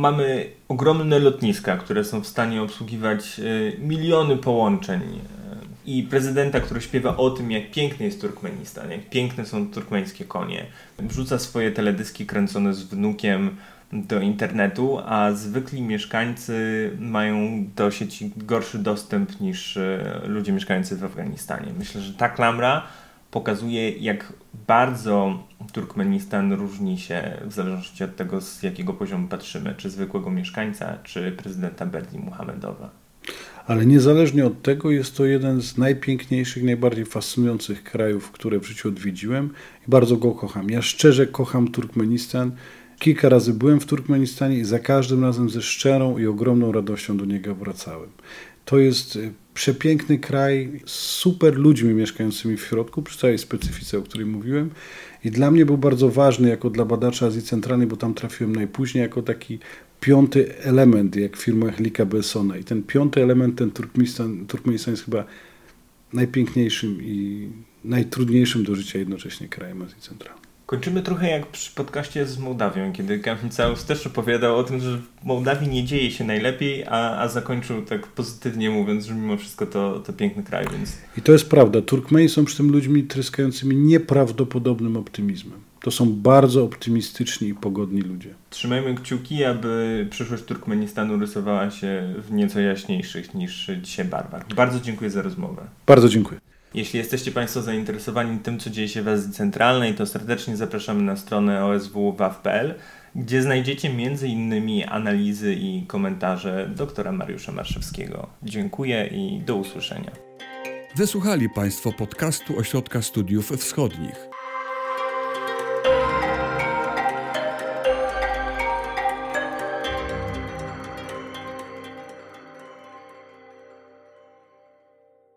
[SPEAKER 1] mamy ogromne lotniska, które są w stanie obsługiwać miliony połączeń i prezydenta, który śpiewa o tym, jak piękny jest Turkmenistan, jak piękne są turkmeńskie konie. Wrzuca swoje teledyski kręcone z wnukiem do internetu, a zwykli mieszkańcy mają do sieci gorszy dostęp niż ludzie mieszkający w Afganistanie. Myślę, że ta klamra pokazuje, jak bardzo Turkmenistan różni się w zależności od tego, z jakiego poziomu patrzymy, czy zwykłego mieszkańca, czy prezydenta Berdimuhamedowa.
[SPEAKER 2] Ale niezależnie od tego jest to jeden z najpiękniejszych, najbardziej fascynujących krajów, które w życiu odwiedziłem i bardzo go kocham. Ja szczerze kocham Turkmenistan. Kilka razy byłem w Turkmenistanie i za każdym razem ze szczerą i ogromną radością do niego wracałem. To jest przepiękny kraj z super ludźmi mieszkającymi w środku, przy całej specyfice, o której mówiłem. I dla mnie był bardzo ważny jako dla badacza Azji Centralnej, bo tam trafiłem najpóźniej jako taki piąty element, jak w filmach Lika Bessona. I ten piąty element, ten Turkmenistan, Turkmenistan jest chyba najpiękniejszym i najtrudniejszym do życia jednocześnie krajem Azji Centralnej.
[SPEAKER 1] Kończymy trochę jak przy podcaście z Mołdawią, kiedy Kamil Caus też opowiadał o tym, że w Mołdawii nie dzieje się najlepiej, a, a zakończył tak pozytywnie mówiąc, że mimo wszystko to, to piękny kraj. Więc...
[SPEAKER 2] I to jest prawda. Turkmeni są przy tym ludźmi tryskającymi nieprawdopodobnym optymizmem. To są bardzo optymistyczni i pogodni ludzie.
[SPEAKER 1] Trzymajmy kciuki, aby przyszłość Turkmenistanu rysowała się w nieco jaśniejszych niż dzisiaj barwach. Bardzo dziękuję za rozmowę.
[SPEAKER 2] Bardzo dziękuję.
[SPEAKER 1] Jeśli jesteście Państwo zainteresowani tym, co dzieje się w Azji Centralnej, to serdecznie zapraszamy na stronę o s w w a w kropka p l, gdzie znajdziecie między innymi analizy i komentarze doktora Mariusza Marszewskiego. Dziękuję i do usłyszenia.
[SPEAKER 3] Wysłuchali Państwo podcastu Ośrodka Studiów Wschodnich.